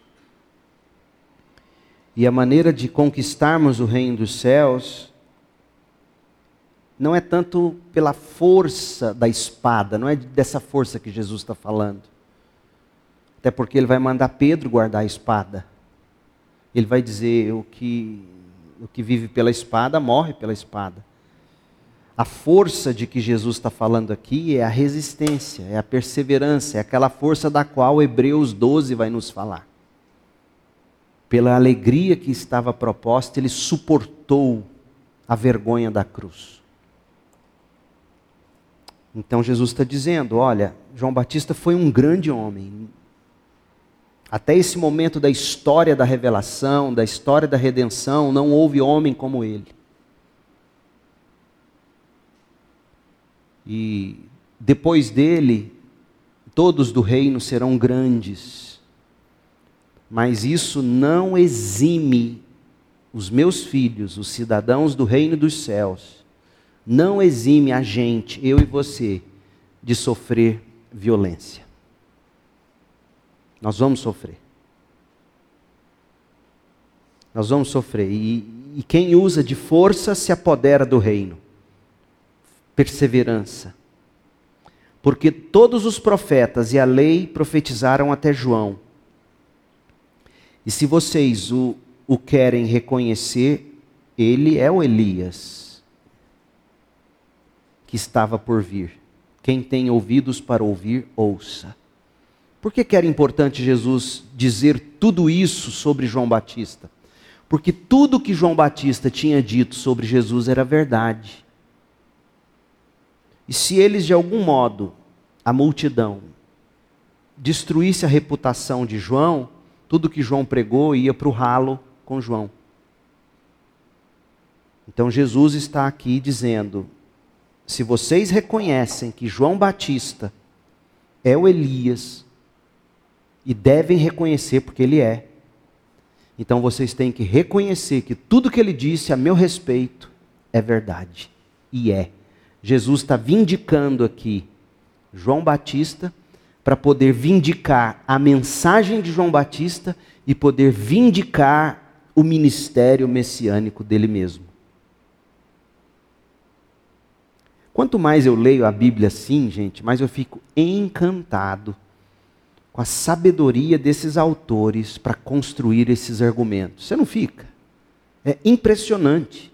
E a maneira de conquistarmos o reino dos céus não é tanto pela força da espada, não é dessa força que Jesus está falando. Até porque ele vai mandar Pedro guardar a espada. Ele vai dizer, o que, o que vive pela espada, morre pela espada. A força de que Jesus está falando aqui é a resistência, é a perseverança, é aquela força da qual Hebreus doze vai nos falar. Pela alegria que estava proposta, ele suportou a vergonha da cruz. Então Jesus está dizendo, olha, João Batista foi um grande homem. Até esse momento da história da revelação, da história da redenção, não houve homem como ele. E depois dele, todos do reino serão grandes. Mas isso não exime os meus filhos, os cidadãos do reino dos céus, não exime a gente, eu e você, de sofrer violência. Nós vamos sofrer. Nós vamos sofrer. E, e quem usa de força se apodera do reino. Perseverança. Porque todos os profetas e a lei profetizaram até João. E se vocês o, o querem reconhecer, ele é o Elias que estava por vir. Quem tem ouvidos para ouvir, ouça. Por que que era importante Jesus dizer tudo isso sobre João Batista? Porque tudo que João Batista tinha dito sobre Jesus era verdade. E se eles, de algum modo, a multidão, destruísse a reputação de João, tudo que João pregou ia para o ralo com João. Então Jesus está aqui dizendo, se vocês reconhecem que João Batista é o Elias, e devem reconhecer porque ele é, então vocês têm que reconhecer que tudo que ele disse a meu respeito é verdade. E é. Jesus está vindicando aqui João Batista para poder vindicar a mensagem de João Batista e poder vindicar o ministério messiânico dele mesmo. Quanto mais eu leio a Bíblia assim, gente, mais eu fico encantado com a sabedoria desses autores para construir esses argumentos. Você não fica? É impressionante.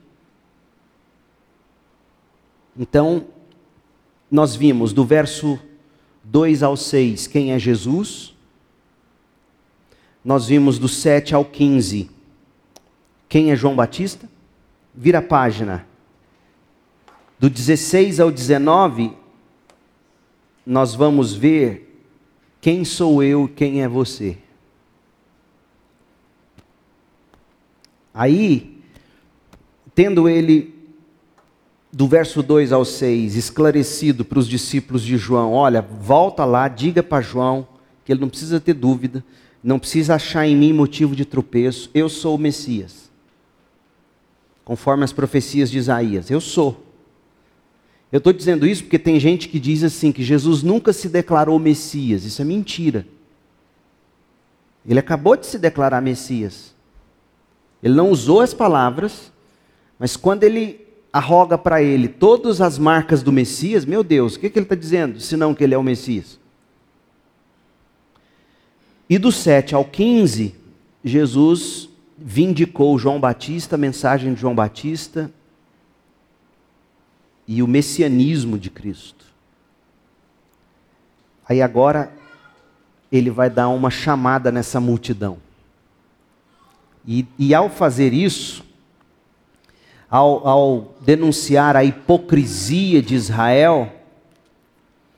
Então, nós vimos do verso dois ao seis, quem é Jesus? Nós vimos do sete ao quinze, quem é João Batista? Vira a página. Do dezesseis ao dezenove, nós vamos ver quem sou eu, quem é você. Aí, tendo ele, do verso dois ao seis, esclarecido para os discípulos de João, olha, volta lá, diga para João, que ele não precisa ter dúvida, não precisa achar em mim motivo de tropeço, eu sou o Messias. Conforme as profecias de Isaías, eu sou. Eu estou dizendo isso porque tem gente que diz assim, que Jesus nunca se declarou Messias. Isso é mentira. Ele acabou de se declarar Messias. Ele não usou as palavras, mas quando ele arroga para ele todas as marcas do Messias, meu Deus, o que, que ele está dizendo? Senão que ele é o Messias. E do sete ao quinze, Jesus vindicou João Batista, a mensagem de João Batista, e o messianismo de Cristo. Aí agora ele vai dar uma chamada nessa multidão. E, e ao fazer isso, ao, ao denunciar a hipocrisia de Israel,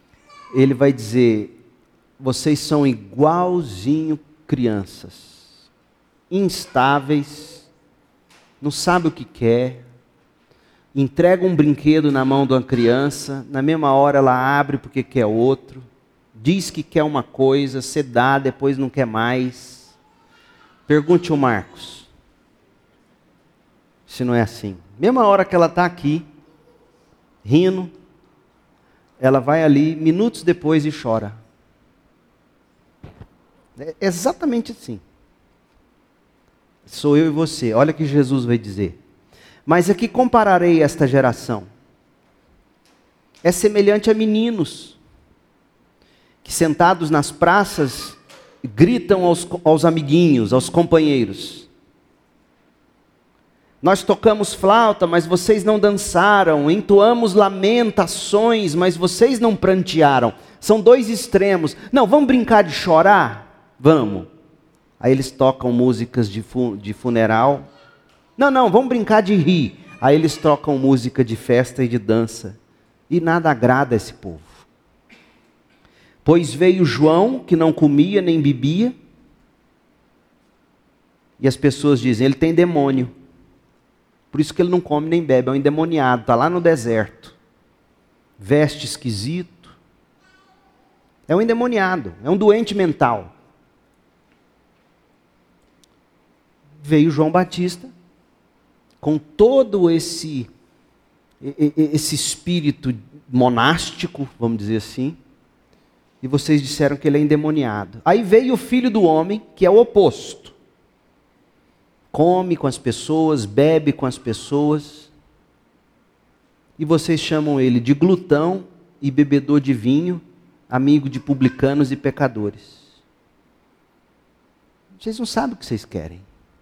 ele vai dizer: vocês são igualzinho crianças, instáveis, não sabe o que quer, entrega um brinquedo na mão de uma criança, na mesma hora ela abre porque quer outro, diz que quer uma coisa, você dá, depois não quer mais. Pergunte ao Marcos se não é assim. Mesma hora que ela está aqui, rindo, ela vai ali, minutos depois, e chora. É exatamente assim. Sou eu e você. Olha o que Jesus vai dizer. Mas a que compararei esta geração? É semelhante a meninos que, sentados nas praças, gritam aos, aos amiguinhos, aos companheiros: nós tocamos flauta, mas vocês não dançaram. Entoamos lamentações, mas vocês não prantearam. São dois extremos. Não, vamos brincar de chorar? Vamos. Aí eles tocam músicas de, fu- de funeral. Não, não, vamos brincar de rir. Aí eles tocam música de festa e de dança. E nada agrada esse povo. Pois veio João, que não comia nem bebia. E as pessoas dizem: ele tem demônio. Por isso que ele não come nem bebe, é um endemoniado, está lá no deserto. Veste esquisito. É um endemoniado, é um doente mental. Veio João Batista, com todo esse, esse espírito monástico, vamos dizer assim, e vocês disseram que ele é endemoniado. Aí veio o Filho do Homem, que é o oposto. Come com as pessoas, bebe com as pessoas, e vocês chamam ele de glutão e bebedor de vinho, amigo de publicanos e pecadores. Vocês não sabem o que vocês querem.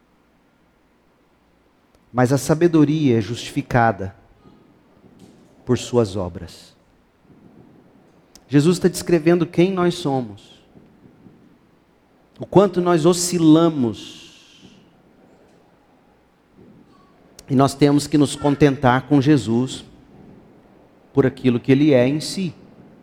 Mas a sabedoria é justificada por suas obras. Jesus está descrevendo quem nós somos, o quanto nós oscilamos, e nós temos que nos contentar com Jesus por aquilo que Ele é em si.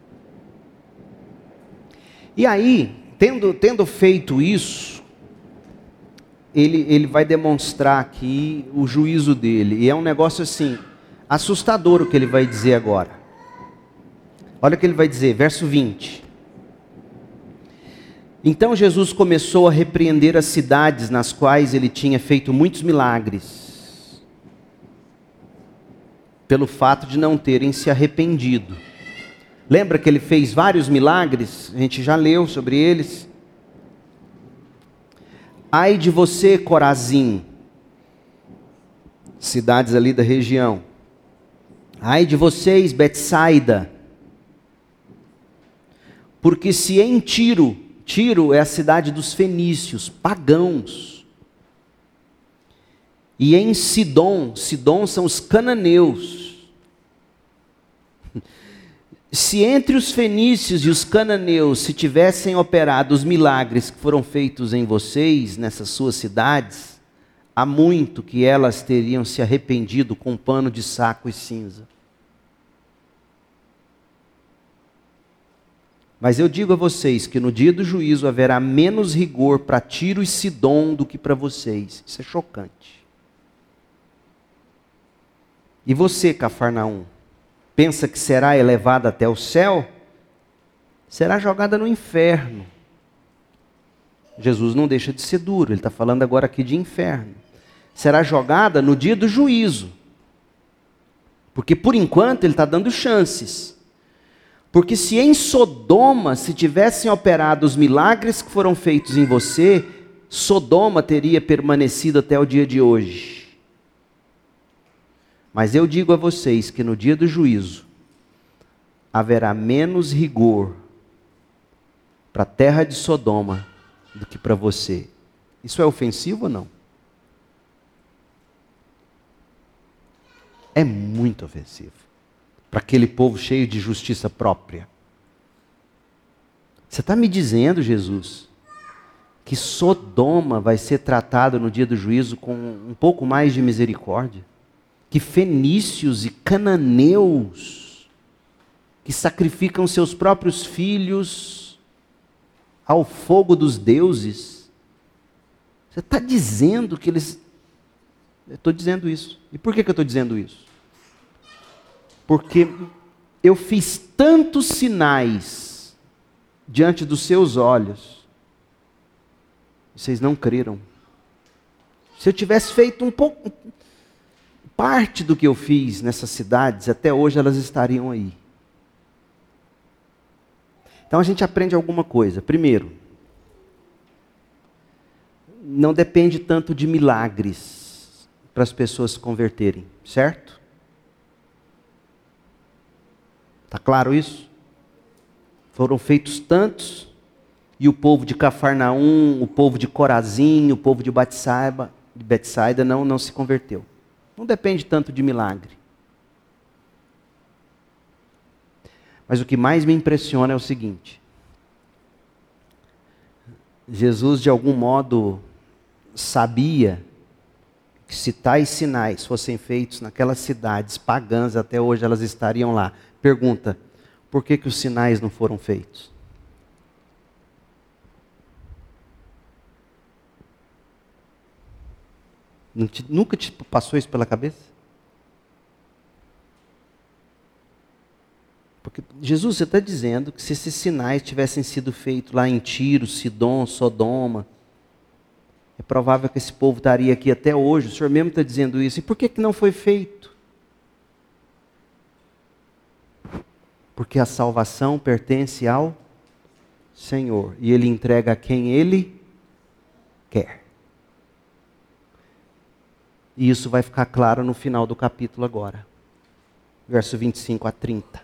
E aí, tendo, tendo feito isso, Ele, ele vai demonstrar aqui o juízo dele. E é um negócio assim, assustador o que ele vai dizer agora. Olha o que ele vai dizer, verso vinte. Então Jesus começou a repreender as cidades nas quais ele tinha feito muitos milagres, pelo fato de não terem se arrependido. Lembra que ele fez vários milagres? A gente já leu sobre eles. Ai de você, Corazim, cidades ali da região. Ai de vocês, Betsaida, porque se em Tiro, Tiro é a cidade dos fenícios, pagãos, e em Sidom, Sidom são os cananeus, se entre os fenícios e os cananeus se tivessem operado os milagres que foram feitos em vocês, nessas suas cidades, há muito que elas teriam se arrependido com pano de saco e cinza. Mas eu digo a vocês que no dia do juízo haverá menos rigor para Tiro e Sidom do que para vocês. Isso é chocante. E você, Cafarnaum, pensa que será elevada até o céu? Será jogada no inferno. Jesus não deixa de ser duro, ele está falando agora aqui de inferno. Será jogada no dia do juízo. Porque por enquanto ele está dando chances. Porque se em Sodoma se tivessem operado os milagres que foram feitos em você, Sodoma teria permanecido até o dia de hoje. Mas eu digo a vocês que no dia do juízo haverá menos rigor para a terra de Sodoma do que para você. Isso é ofensivo ou não? É muito ofensivo para aquele povo cheio de justiça própria. Você está me dizendo, Jesus, que Sodoma vai ser tratado no dia do juízo com um pouco mais de misericórdia? Que fenícios e cananeus, que sacrificam seus próprios filhos ao fogo dos deuses. Você está dizendo que eles... Eu estou dizendo isso. E por que, que eu estou dizendo isso? Porque eu fiz tantos sinais diante dos seus olhos, vocês não creram. Se eu tivesse feito um pouco, parte do que eu fiz nessas cidades, até hoje elas estariam aí. Então a gente aprende alguma coisa. Primeiro, não depende tanto de milagres para as pessoas se converterem, certo? Está claro isso? Foram feitos tantos, e o povo de Cafarnaum, o povo de Corazim, o povo de Betsaida, de Betsaida não, não se converteu. Não depende tanto de milagre. Mas o que mais me impressiona é o seguinte: Jesus, de algum modo, sabia que se tais sinais fossem feitos naquelas cidades pagãs, até hoje elas estariam lá. Pergunta: por que que os sinais não foram feitos? Nunca te passou isso pela cabeça? Porque Jesus, você está dizendo que se esses sinais tivessem sido feitos lá em Tiro, Sidom, Sodoma, é provável que esse povo estaria aqui até hoje. O Senhor mesmo está dizendo isso. E por que que não foi feito? Porque a salvação pertence ao Senhor. E Ele entrega a quem Ele quer. E isso vai ficar claro no final do capítulo agora. Verso vinte e cinco a trinta.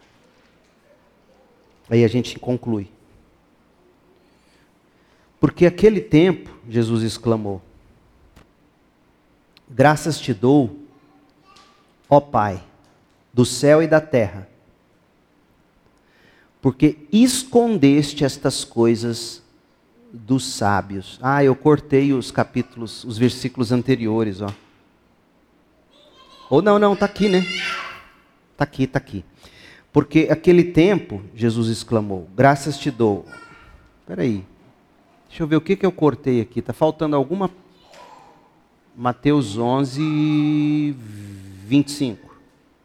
Aí a gente conclui. Porque aquele tempo, Jesus exclamou: graças te dou, ó Pai, do céu e da terra, porque escondeste estas coisas dos sábios. Ah, eu cortei os capítulos, os versículos anteriores, ó. Ou não, não, está aqui, né? Está aqui, está aqui. Porque aquele tempo, Jesus exclamou, graças te dou. Espera aí. Deixa eu ver o que, que eu cortei aqui. Está faltando alguma... Mateus onze, vinte e cinco.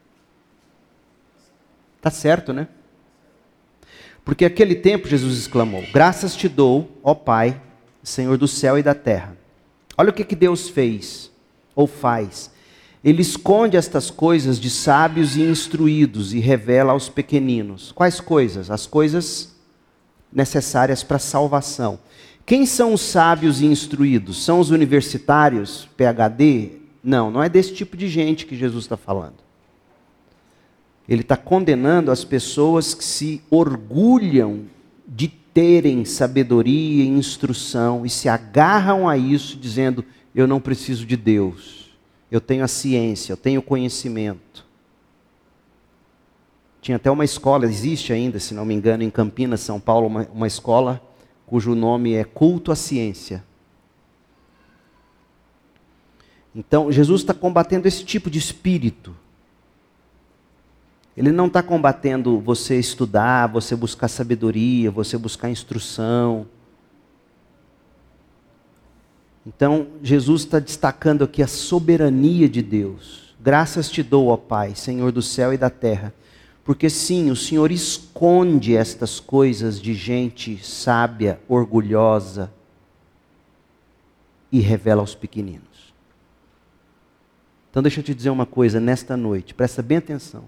Está certo, né? Porque aquele tempo, Jesus exclamou, graças te dou, ó Pai, Senhor do céu e da terra. Olha o que, que Deus fez, ou faz. Ele esconde estas coisas de sábios e instruídos e revela aos pequeninos. Quais coisas? As coisas necessárias para a salvação. Quem são os sábios e instruídos? São os universitários, P H D? Não, não é desse tipo de gente que Jesus está falando. Ele está condenando as pessoas que se orgulham de terem sabedoria e instrução e se agarram a isso dizendo, eu não preciso de Deus. Eu tenho a ciência, eu tenho o conhecimento. Tinha até uma escola, existe ainda, se não me engano, em Campinas, São Paulo, uma, uma escola cujo nome é Culto à Ciência. Então, Jesus está combatendo esse tipo de espírito. Ele não está combatendo você estudar, você buscar sabedoria, você buscar instrução. Então, Jesus está destacando aqui a soberania de Deus. Graças te dou, ó Pai, Senhor do céu e da terra, porque sim, o Senhor esconde estas coisas de gente sábia, orgulhosa, e revela aos pequeninos. Então deixa eu te dizer uma coisa nesta noite, presta bem atenção.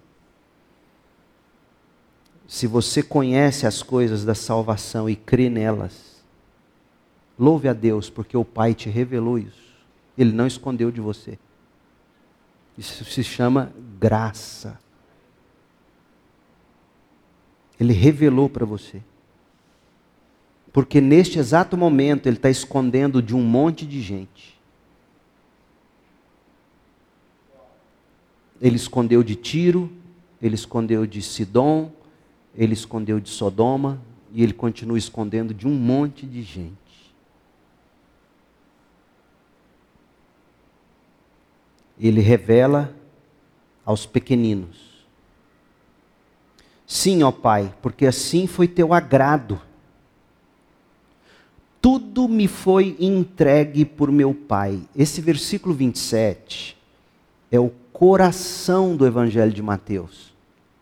Se você conhece as coisas da salvação e crê nelas, louve a Deus, porque o Pai te revelou isso. Ele não escondeu de você. Isso se chama graça. Ele revelou para você. Porque neste exato momento Ele está escondendo de um monte de gente. Ele escondeu de Tiro, Ele escondeu de Sidom, Ele escondeu de Sodoma, e Ele continua escondendo de um monte de gente. Ele revela aos pequeninos. Sim, ó Pai, porque assim foi teu agrado. Tudo me foi entregue por meu Pai. Esse versículo vinte e sete é o coração do Evangelho de Mateus.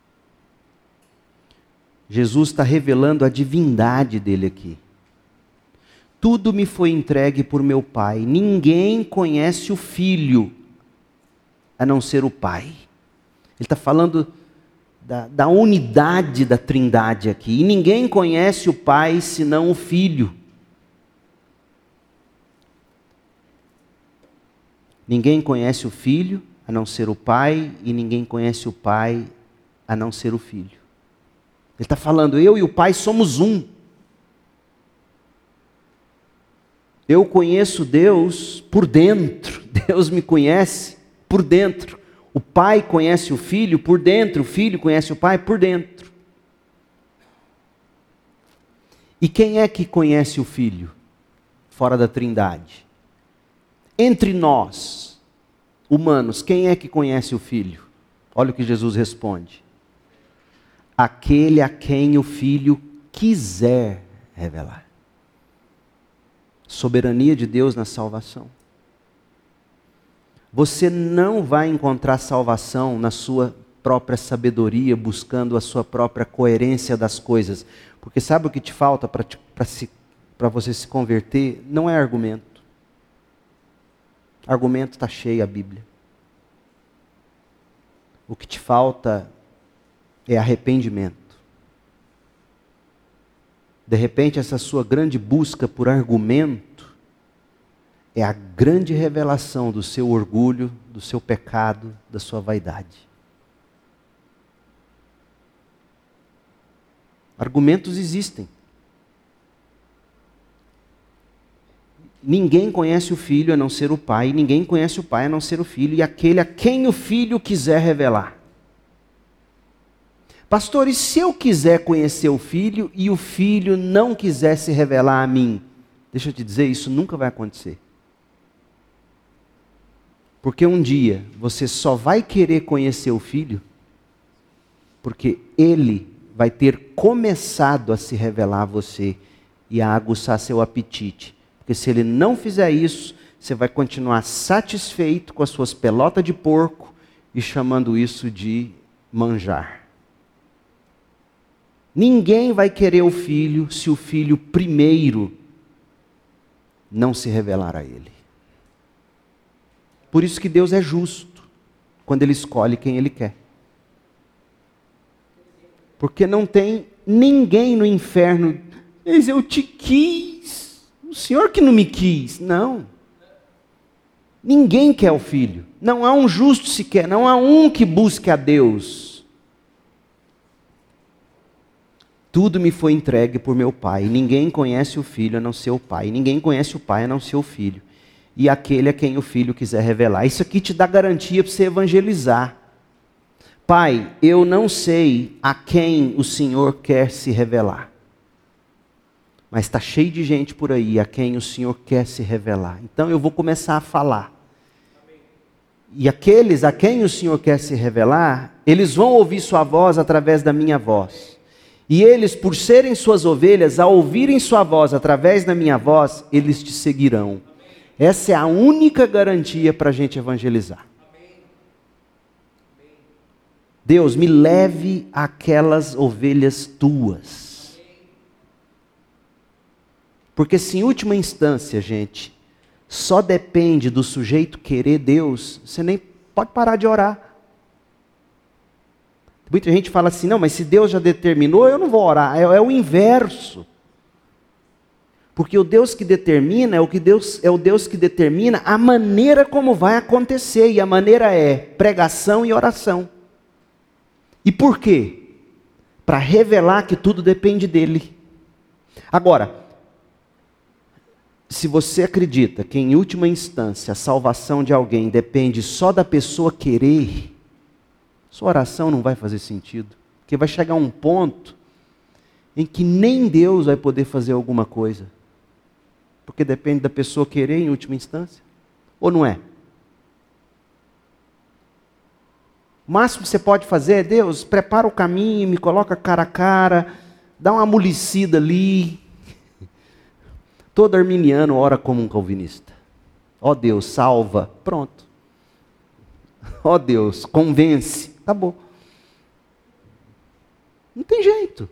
Jesus está revelando a divindade dele aqui. Tudo me foi entregue por meu Pai. Ninguém conhece o Filho, a não ser o Pai. Ele está falando da, da unidade da Trindade aqui. E ninguém conhece o Pai, senão o Filho. Ninguém conhece o Filho, a não ser o Pai. E ninguém conhece o Pai, a não ser o Filho. Ele está falando, eu e o Pai somos um. Eu conheço Deus por dentro. Deus me conhece por dentro. O Pai conhece o Filho por dentro. O Filho conhece o Pai por dentro. E quem é que conhece o Filho? Fora da Trindade. Entre nós, humanos, quem é que conhece o Filho? Olha o que Jesus responde. Aquele a quem o Filho quiser revelar. Soberania de Deus na salvação. Você não vai encontrar salvação na sua própria sabedoria, buscando a sua própria coerência das coisas. Porque sabe o que te falta para você se converter? Não é argumento. Argumento está cheio a Bíblia. O que te falta é arrependimento. De repente, essa sua grande busca por argumento é a grande revelação do seu orgulho, do seu pecado, da sua vaidade. Argumentos existem. Ninguém conhece o Filho a não ser o Pai, e ninguém conhece o Pai a não ser o Filho, e aquele a quem o Filho quiser revelar. Pastor, e se eu quiser conhecer o Filho e o Filho não quiser se revelar a mim? Deixa eu te dizer, isso nunca vai acontecer. Porque um dia você só vai querer conhecer o Filho porque Ele vai ter começado a se revelar a você e a aguçar seu apetite. Porque se Ele não fizer isso, você vai continuar satisfeito com as suas pelotas de porco e chamando isso de manjar. Ninguém vai querer o Filho se o Filho primeiro não se revelar a Ele. Por isso que Deus é justo quando Ele escolhe quem Ele quer. Porque não tem ninguém no inferno, mas eu te quis, o Senhor que não me quis. Não. Ninguém quer o Filho. Não há um justo sequer, não há um que busque a Deus. Tudo me foi entregue por meu Pai. Ninguém conhece o Filho a não ser o Pai. Ninguém conhece o Pai a não ser o Filho. E aquele a quem o Filho quiser revelar. Isso aqui te dá garantia para você evangelizar. Pai, eu não sei a quem o Senhor quer se revelar. Mas está cheio de gente por aí a quem o Senhor quer se revelar. Então eu vou começar a falar. E aqueles a quem o Senhor quer se revelar, eles vão ouvir sua voz através da minha voz. E eles, por serem suas ovelhas, ao ouvirem sua voz através da minha voz, eles te seguirão. Essa é a única garantia para a gente evangelizar. Deus, me leve àquelas ovelhas tuas. Porque se em última instância, gente, só depende do sujeito querer Deus, você nem pode parar de orar. Muita gente fala assim, não, mas se Deus já determinou, eu não vou orar. É, é o inverso. Porque o Deus que determina é o, que Deus, é o Deus que determina a maneira como vai acontecer. E a maneira é pregação e oração. E por quê? Para revelar que tudo depende dele. Agora, se você acredita que em última instância a salvação de alguém depende só da pessoa querer, sua oração não vai fazer sentido. Porque vai chegar um ponto em que nem Deus vai poder fazer alguma coisa. Porque depende da pessoa querer em última instância. Ou não é? O máximo que você pode fazer é, Deus, prepara o caminho, me coloca cara a cara, dá uma amolecida ali. Todo arminiano ora como um calvinista. Ó Deus, salva. Pronto. Ó Deus, convence. Acabou. Não tem jeito.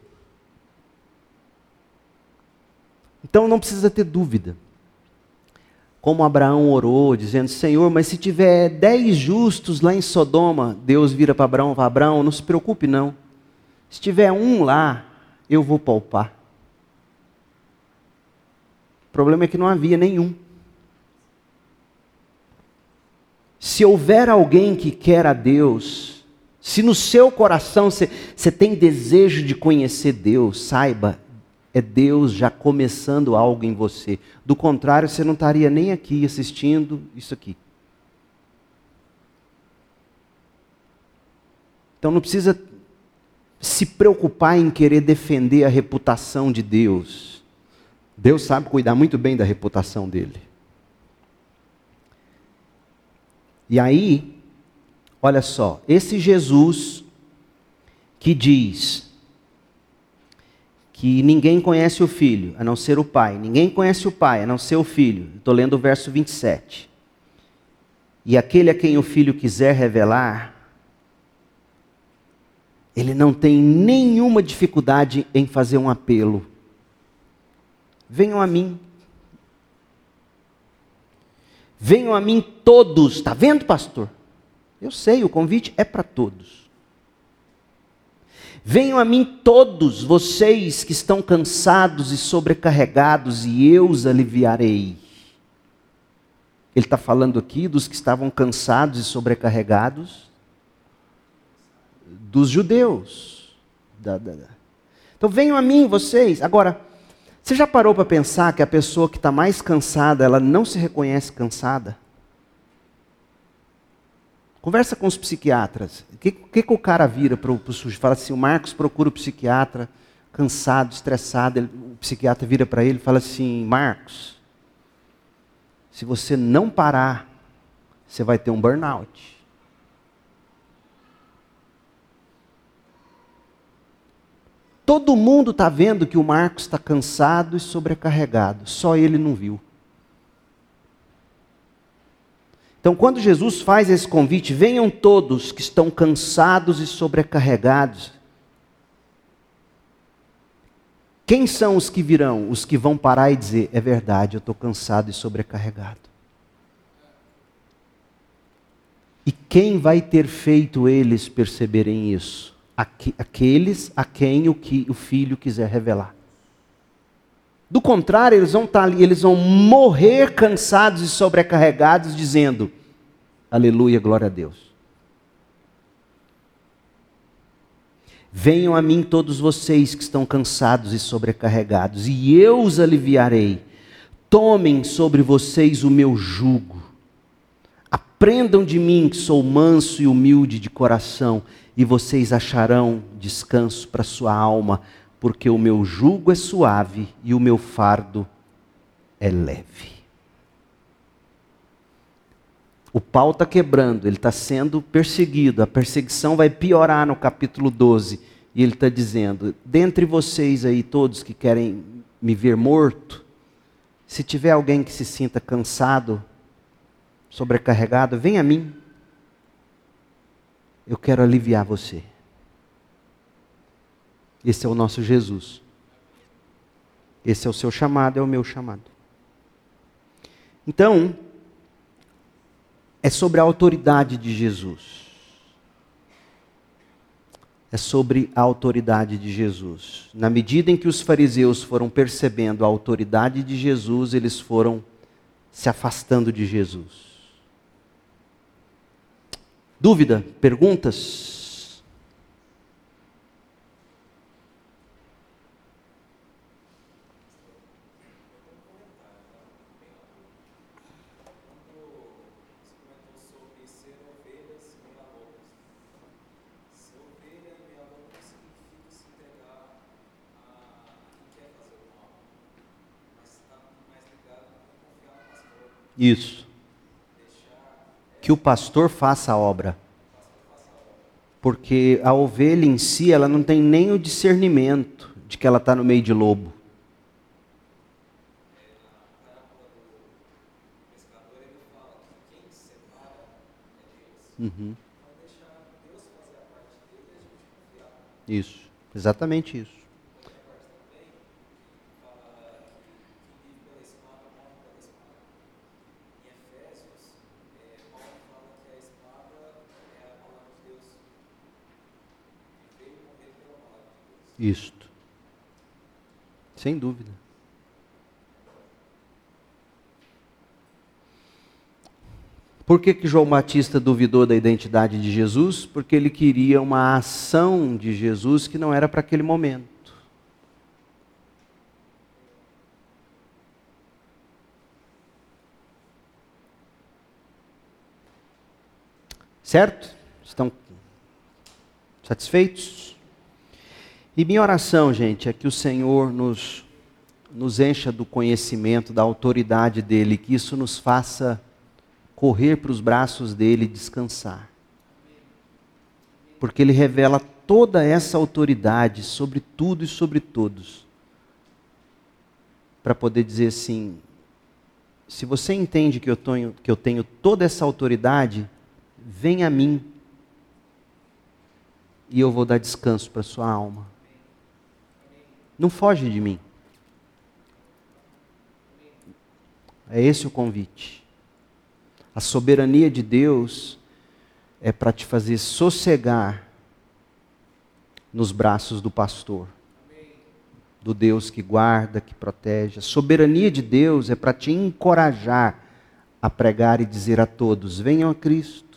Então não precisa ter dúvida. Como Abraão orou, dizendo, Senhor, mas se tiver dez justos lá em Sodoma, Deus vira para Abraão, para Abraão, não se preocupe não. Se tiver um lá, eu vou poupar. O problema é que não havia nenhum. Se houver alguém que quer a Deus, se no seu coração você, você tem desejo de conhecer Deus, saiba, é Deus já começando algo em você. Do contrário, você não estaria nem aqui assistindo isso aqui. Então não precisa se preocupar em querer defender a reputação de Deus. Deus sabe cuidar muito bem da reputação dele. E aí, olha só, esse Jesus que diz que ninguém conhece o Filho, a não ser o Pai. Ninguém conhece o Pai, a não ser o Filho. Estou lendo o verso vinte e sete. E aquele a quem o Filho quiser revelar, ele não tem nenhuma dificuldade em fazer um apelo. Venham a mim. Venham a mim todos. Está vendo, pastor? Eu sei, o convite é para todos. Venham a mim todos vocês que estão cansados e sobrecarregados, e eu os aliviarei. Ele está falando aqui dos que estavam cansados e sobrecarregados, dos judeus. Da, da, da. Então venham a mim vocês. Agora, você já parou para pensar que a pessoa que está mais cansada, ela não se reconhece cansada? Conversa com os psiquiatras. O que, que, que o cara vira para o sujeito? Fala assim, o Marcos procura o psiquiatra, cansado, estressado. Ele, o psiquiatra vira para ele e fala assim, Marcos, se você não parar, você vai ter um burnout. Todo mundo está vendo que o Marcos está cansado e sobrecarregado. Só ele não viu. Então, quando Jesus faz esse convite, venham todos que estão cansados e sobrecarregados. Quem são os que virão? Os que vão parar e dizer, é verdade, eu estou cansado e sobrecarregado. E quem vai ter feito eles perceberem isso? Aqueles a quem o, que, o Filho quiser revelar. Do contrário, eles vão estar ali, eles vão morrer cansados e sobrecarregados, dizendo, aleluia, glória a Deus. Venham a mim todos vocês que estão cansados e sobrecarregados, e eu os aliviarei. Tomem sobre vocês o meu jugo. Aprendam de mim, que sou manso e humilde de coração, e vocês acharão descanso para sua alma, porque o meu jugo é suave e o meu fardo é leve. O pau está quebrando, ele está sendo perseguido, a perseguição vai piorar no capítulo doze. E ele está dizendo, dentre vocês aí todos que querem me ver morto, se tiver alguém que se sinta cansado, sobrecarregado, vem a mim. Eu quero aliviar você. Esse é o nosso Jesus. Esse é o seu chamado, é o meu chamado. Então, é sobre a autoridade de Jesus. É sobre a autoridade de Jesus. Na medida em que os fariseus foram percebendo a autoridade de Jesus, eles foram se afastando de Jesus. Dúvida? Perguntas? Isso. Que o pastor faça a obra. Porque a ovelha em si, ela não tem nem o discernimento de que ela está no meio de lobo. Uhum. Isso, exatamente isso. Isto. Sem dúvida. Por que que João Batista duvidou da identidade de Jesus? Porque ele queria uma ação de Jesus que não era para aquele momento. Certo? Estão satisfeitos? E minha oração, gente, é que o Senhor nos, nos encha do conhecimento, da autoridade dEle, que isso nos faça correr para os braços dEle e descansar. Porque Ele revela toda essa autoridade sobre tudo e sobre todos. Para poder dizer assim, se você entende que eu tenho, que eu tenho toda essa autoridade, vem a mim e eu vou dar descanso para a sua alma. Não foge de mim. É esse o convite. A soberania de Deus é para te fazer sossegar nos braços do pastor, do Deus que guarda, que protege. A soberania de Deus é para te encorajar a pregar e dizer a todos: venham a Cristo.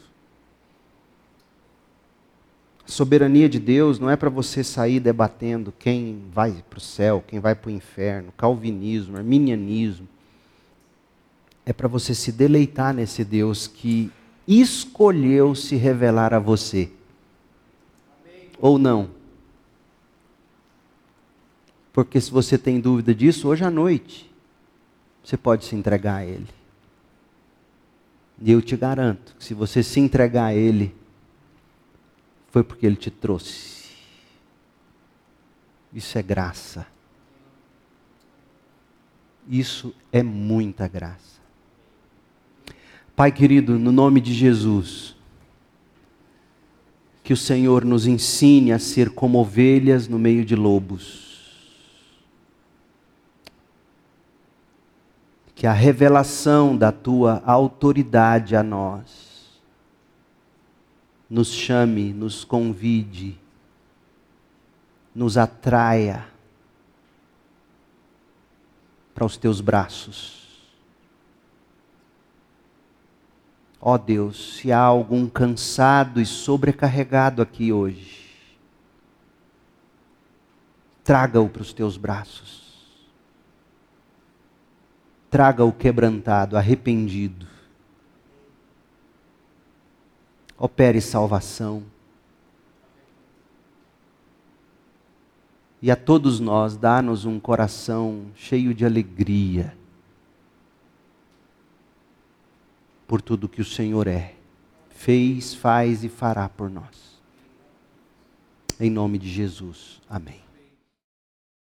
A soberania de Deus não é para você sair debatendo quem vai para o céu, quem vai para o inferno, calvinismo, arminianismo. É para você se deleitar nesse Deus que escolheu se revelar a você. Amém. Ou não. Porque se você tem dúvida disso, hoje à noite, você pode se entregar a Ele. E eu te garanto que se você se entregar a Ele, foi porque Ele te trouxe. Isso é graça. Isso é muita graça. Pai querido, no nome de Jesus, que o Senhor nos ensine a ser como ovelhas no meio de lobos. Que a revelação da Tua autoridade a nós nos chame, nos convide, nos atraia para os Teus braços. Ó Deus, se há algum cansado e sobrecarregado aqui hoje, traga-o para os Teus braços. Traga-o quebrantado, arrependido. Opere salvação. E a todos nós, dá-nos um coração cheio de alegria por tudo que o Senhor é, fez, faz e fará por nós. Em nome de Jesus. Amém.